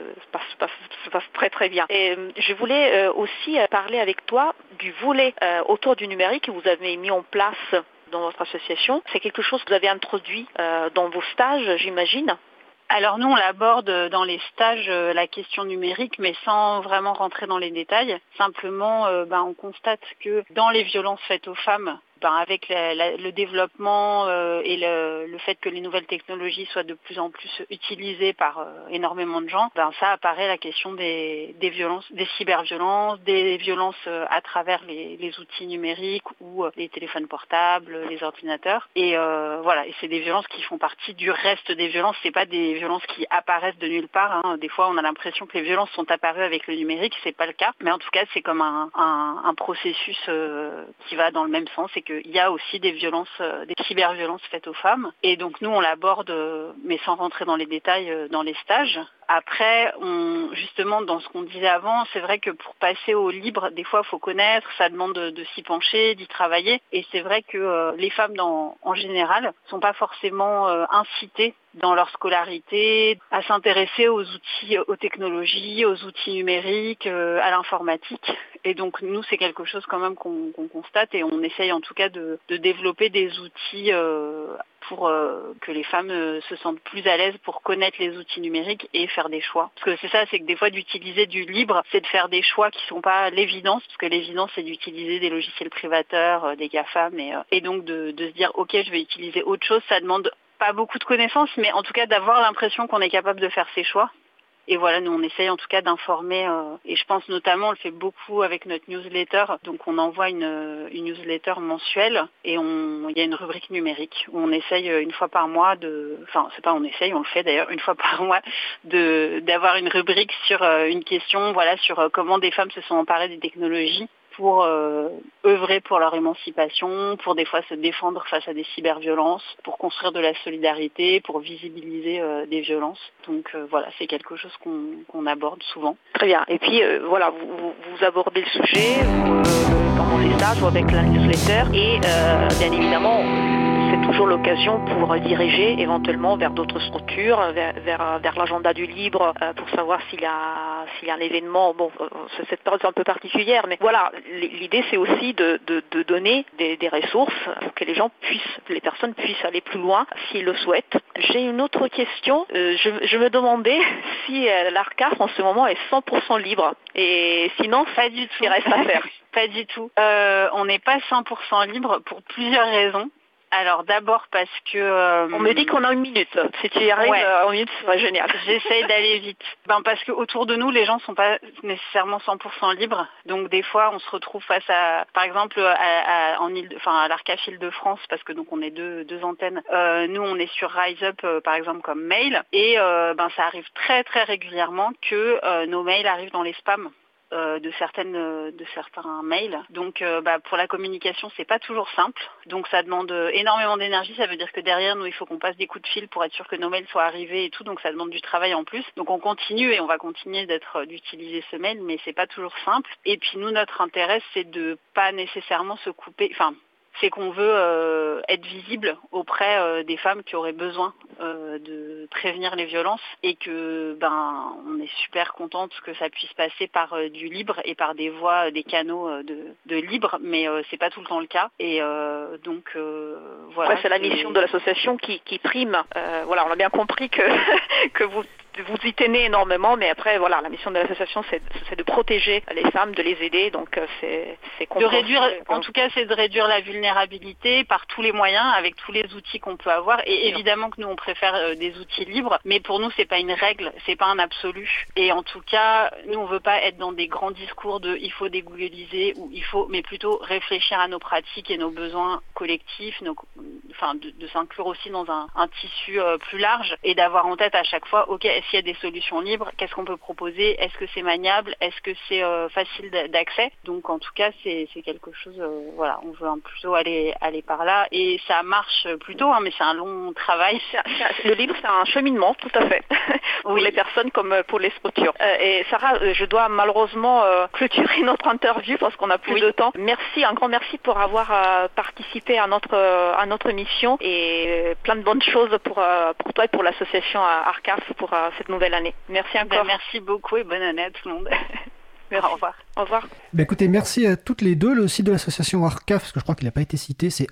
se passe très très bien. Et je voulais aussi parler avec toi du volet autour du numérique que vous avez mis en place dans votre association. C'est quelque chose que vous avez introduit dans vos stages, j'imagine. Alors nous, on l'aborde dans les stages la question numérique, mais sans vraiment rentrer dans les détails. Simplement, on constate que dans les violences faites aux femmes, avec le développement et le fait que les nouvelles technologies soient de plus en plus utilisées par énormément de gens, ça apparaît la question des violences, des cyberviolences, des violences à travers les outils numériques ou les téléphones portables, les ordinateurs. Et voilà, et c'est des violences qui font partie du reste des violences. C'est pas des violences qui apparaissent de nulle part. Des fois, on a l'impression que les violences sont apparues avec le numérique. C'est pas le cas. Mais en tout cas, c'est comme un processus qui va dans le même sens. Et qu'il y a aussi des violences, des cyberviolences faites aux femmes. Et donc nous, on l'aborde, mais sans rentrer dans les détails, dans les stages. Après, justement, dans ce qu'on disait avant, c'est vrai que pour passer au libre, des fois, il faut connaître, ça demande de s'y pencher, d'y travailler. Et c'est vrai que les femmes, en général, sont pas forcément incitées dans leur scolarité à s'intéresser aux outils, aux technologies, aux outils numériques, à l'informatique. Et donc, nous, c'est quelque chose quand même qu'on constate et on essaye en tout cas de développer des outils pour que les femmes se sentent plus à l'aise pour connaître les outils numériques et faire des choix. Parce que c'est ça, c'est que des fois d'utiliser du libre, c'est de faire des choix qui sont pas l'évidence, parce que l'évidence c'est d'utiliser des logiciels privateurs, des GAFAM, et donc de se dire ok, je vais utiliser autre chose, ça demande pas beaucoup de connaissances, mais en tout cas d'avoir l'impression qu'on est capable de faire ses choix. Et voilà, nous on essaye en tout cas d'informer, et je pense notamment, on le fait beaucoup avec notre newsletter, donc on envoie une newsletter mensuelle, et il y a une rubrique numérique, où on essaye une fois par mois on le fait d'ailleurs une fois par mois, d'avoir une rubrique sur une question, voilà, sur comment des femmes se sont emparées des technologies, pour œuvrer pour leur émancipation, pour des fois se défendre face à des cyberviolences, pour construire de la solidarité, pour visibiliser des violences. Donc voilà, c'est quelque chose qu'on aborde souvent. Très bien. Et puis voilà, vous abordez le sujet pendant les stages ou avec la newsletter et bien évidemment, c'est toujours l'occasion pour diriger éventuellement vers d'autres structures, vers l'agenda du libre, pour savoir s'il y a un événement. Bon, c'est cette période un peu particulière, mais voilà, l'idée c'est aussi de donner des ressources pour que les personnes puissent aller plus loin s'ils le souhaitent. J'ai une autre question. Je me demandais si l'ARCAF en ce moment est 100% libre. Et sinon, pas du tout. Il reste à faire. Pas du tout. On n'est pas 100% libre pour plusieurs raisons. Alors d'abord parce que... on me dit qu'on a 1 minute. Si tu y arrives en 1 minute, ce serait génial. J'essaye d'aller vite. Parce qu'autour de nous, les gens ne sont pas nécessairement 100% libres. Donc des fois, on se retrouve face à... Par exemple, à l'ARCAF Île-de-France, parce que donc on est deux antennes. Nous, on est sur Rise Up, par exemple, comme mail. Et ça arrive très très régulièrement que nos mails arrivent dans les spams de certains mails. Donc pour la communication, c'est pas toujours simple. Donc ça demande énormément d'énergie. Ça veut dire que derrière nous, il faut qu'on passe des coups de fil pour être sûr que nos mails soient arrivés et tout. Donc ça demande du travail en plus. Donc on continue et on va continuer d'utiliser ce mail, mais c'est pas toujours simple. Et puis nous, notre intérêt, c'est de pas nécessairement se couper. C'est qu'on veut être visible auprès des femmes qui auraient besoin de prévenir les violences et que on est super contente que ça puisse passer par du libre et par des voies, des canaux de libre, mais c'est pas tout le temps le cas. Et donc voilà. Ouais, c'est la mission de l'association qui prime. Voilà, on a bien compris que vous vous y tenez énormément, mais après, voilà, la mission de l'association, c'est de protéger les femmes, de les aider, donc c'est de réduire, en tout cas, c'est de réduire la vulnérabilité par tous les moyens, avec tous les outils qu'on peut avoir, et évidemment que nous, on préfère des outils libres, mais pour nous, c'est pas une règle, c'est pas un absolu, et en tout cas, nous, on veut pas être dans des grands discours de il faut dégoogliser, ou il faut, mais plutôt réfléchir à nos pratiques et nos besoins collectifs, de s'inclure aussi dans un tissu plus large, et d'avoir en tête à chaque fois, ok, est-ce qu'il y a des solutions libres, qu'est-ce qu'on peut proposer, est-ce que c'est maniable, est-ce que c'est facile d'accès. Donc en tout cas c'est quelque chose, on veut plutôt aller par là, et ça marche plutôt, mais c'est un long travail. Le livre, c'est un cheminement, tout à fait, pour les personnes comme pour les structures. Et Sarah, je dois malheureusement clôturer notre interview parce qu'on n'a plus de temps. Merci, un grand merci pour avoir participé à notre mission, et plein de bonnes choses pour toi et pour l'association Arcaf pour cette nouvelle année. Merci encore. Merci beaucoup et bonne année à tout le monde. Merci. Au revoir. Au revoir. Écoutez, merci à toutes les deux. Le site de l'association Arcaf, parce que je crois qu'il n'a pas été cité, c'est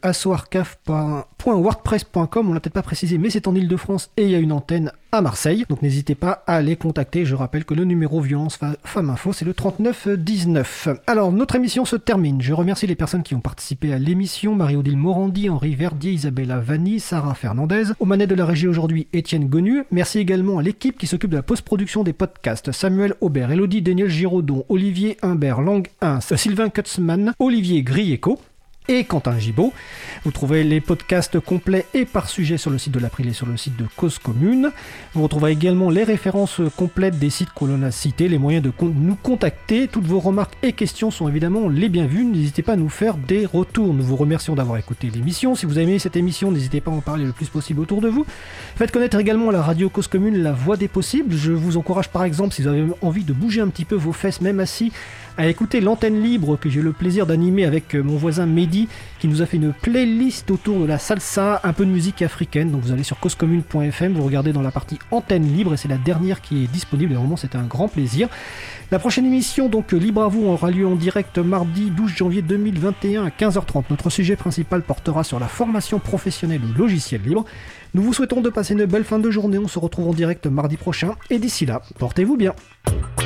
assoarcaf.wordpress.com. On l'a peut-être pas précisé, mais c'est en Ile-de-France et il y a une antenne à Marseille. Donc n'hésitez pas à les contacter. Je rappelle que le numéro Violence Femmes Info, c'est le 3919. Alors, notre émission se termine. Je remercie les personnes qui ont participé à l'émission. Marie-Odile Morandi, Henri Verdier, Isabella Vanni, Sarah Fernandez. Aux manettes de la régie aujourd'hui, Étienne Gonu. Merci également à l'équipe qui s'occupe de la post-production des podcasts. Samuel Aubert, Elodie Daniel Giraudon, Olivier Humbert, Lang 1, Sylvain Kutzmann, Olivier Grieco et Quentin Gibaud. Vous trouvez les podcasts complets et par sujet sur le site de l'April et sur le site de Cause Commune. Vous retrouverez également les références complètes des sites que l'on a cités, les moyens de nous contacter. Toutes vos remarques et questions sont évidemment les bienvenues. N'hésitez pas à nous faire des retours. Nous vous remercions d'avoir écouté l'émission. Si vous avez aimé cette émission, n'hésitez pas à en parler le plus possible autour de vous. Faites connaître également la radio Cause Commune, la voix des possibles. Je vous encourage par exemple, si vous avez envie de bouger un petit peu vos fesses, même assis, à écouter l'antenne libre que j'ai le plaisir d'animer avec mon voisin Mehdi, qui nous a fait une playlist autour de la salsa, un peu de musique africaine. Donc vous allez sur causecommune.fm, vous regardez dans la partie antenne libre, et c'est la dernière qui est disponible, et vraiment c'était un grand plaisir. La prochaine émission, donc Libre à vous, aura lieu en direct mardi 12 janvier 2021 à 15h30. Notre sujet principal portera sur la formation professionnelle au logiciel libre. Nous vous souhaitons de passer une belle fin de journée, on se retrouve en direct mardi prochain, et d'ici là, portez-vous bien.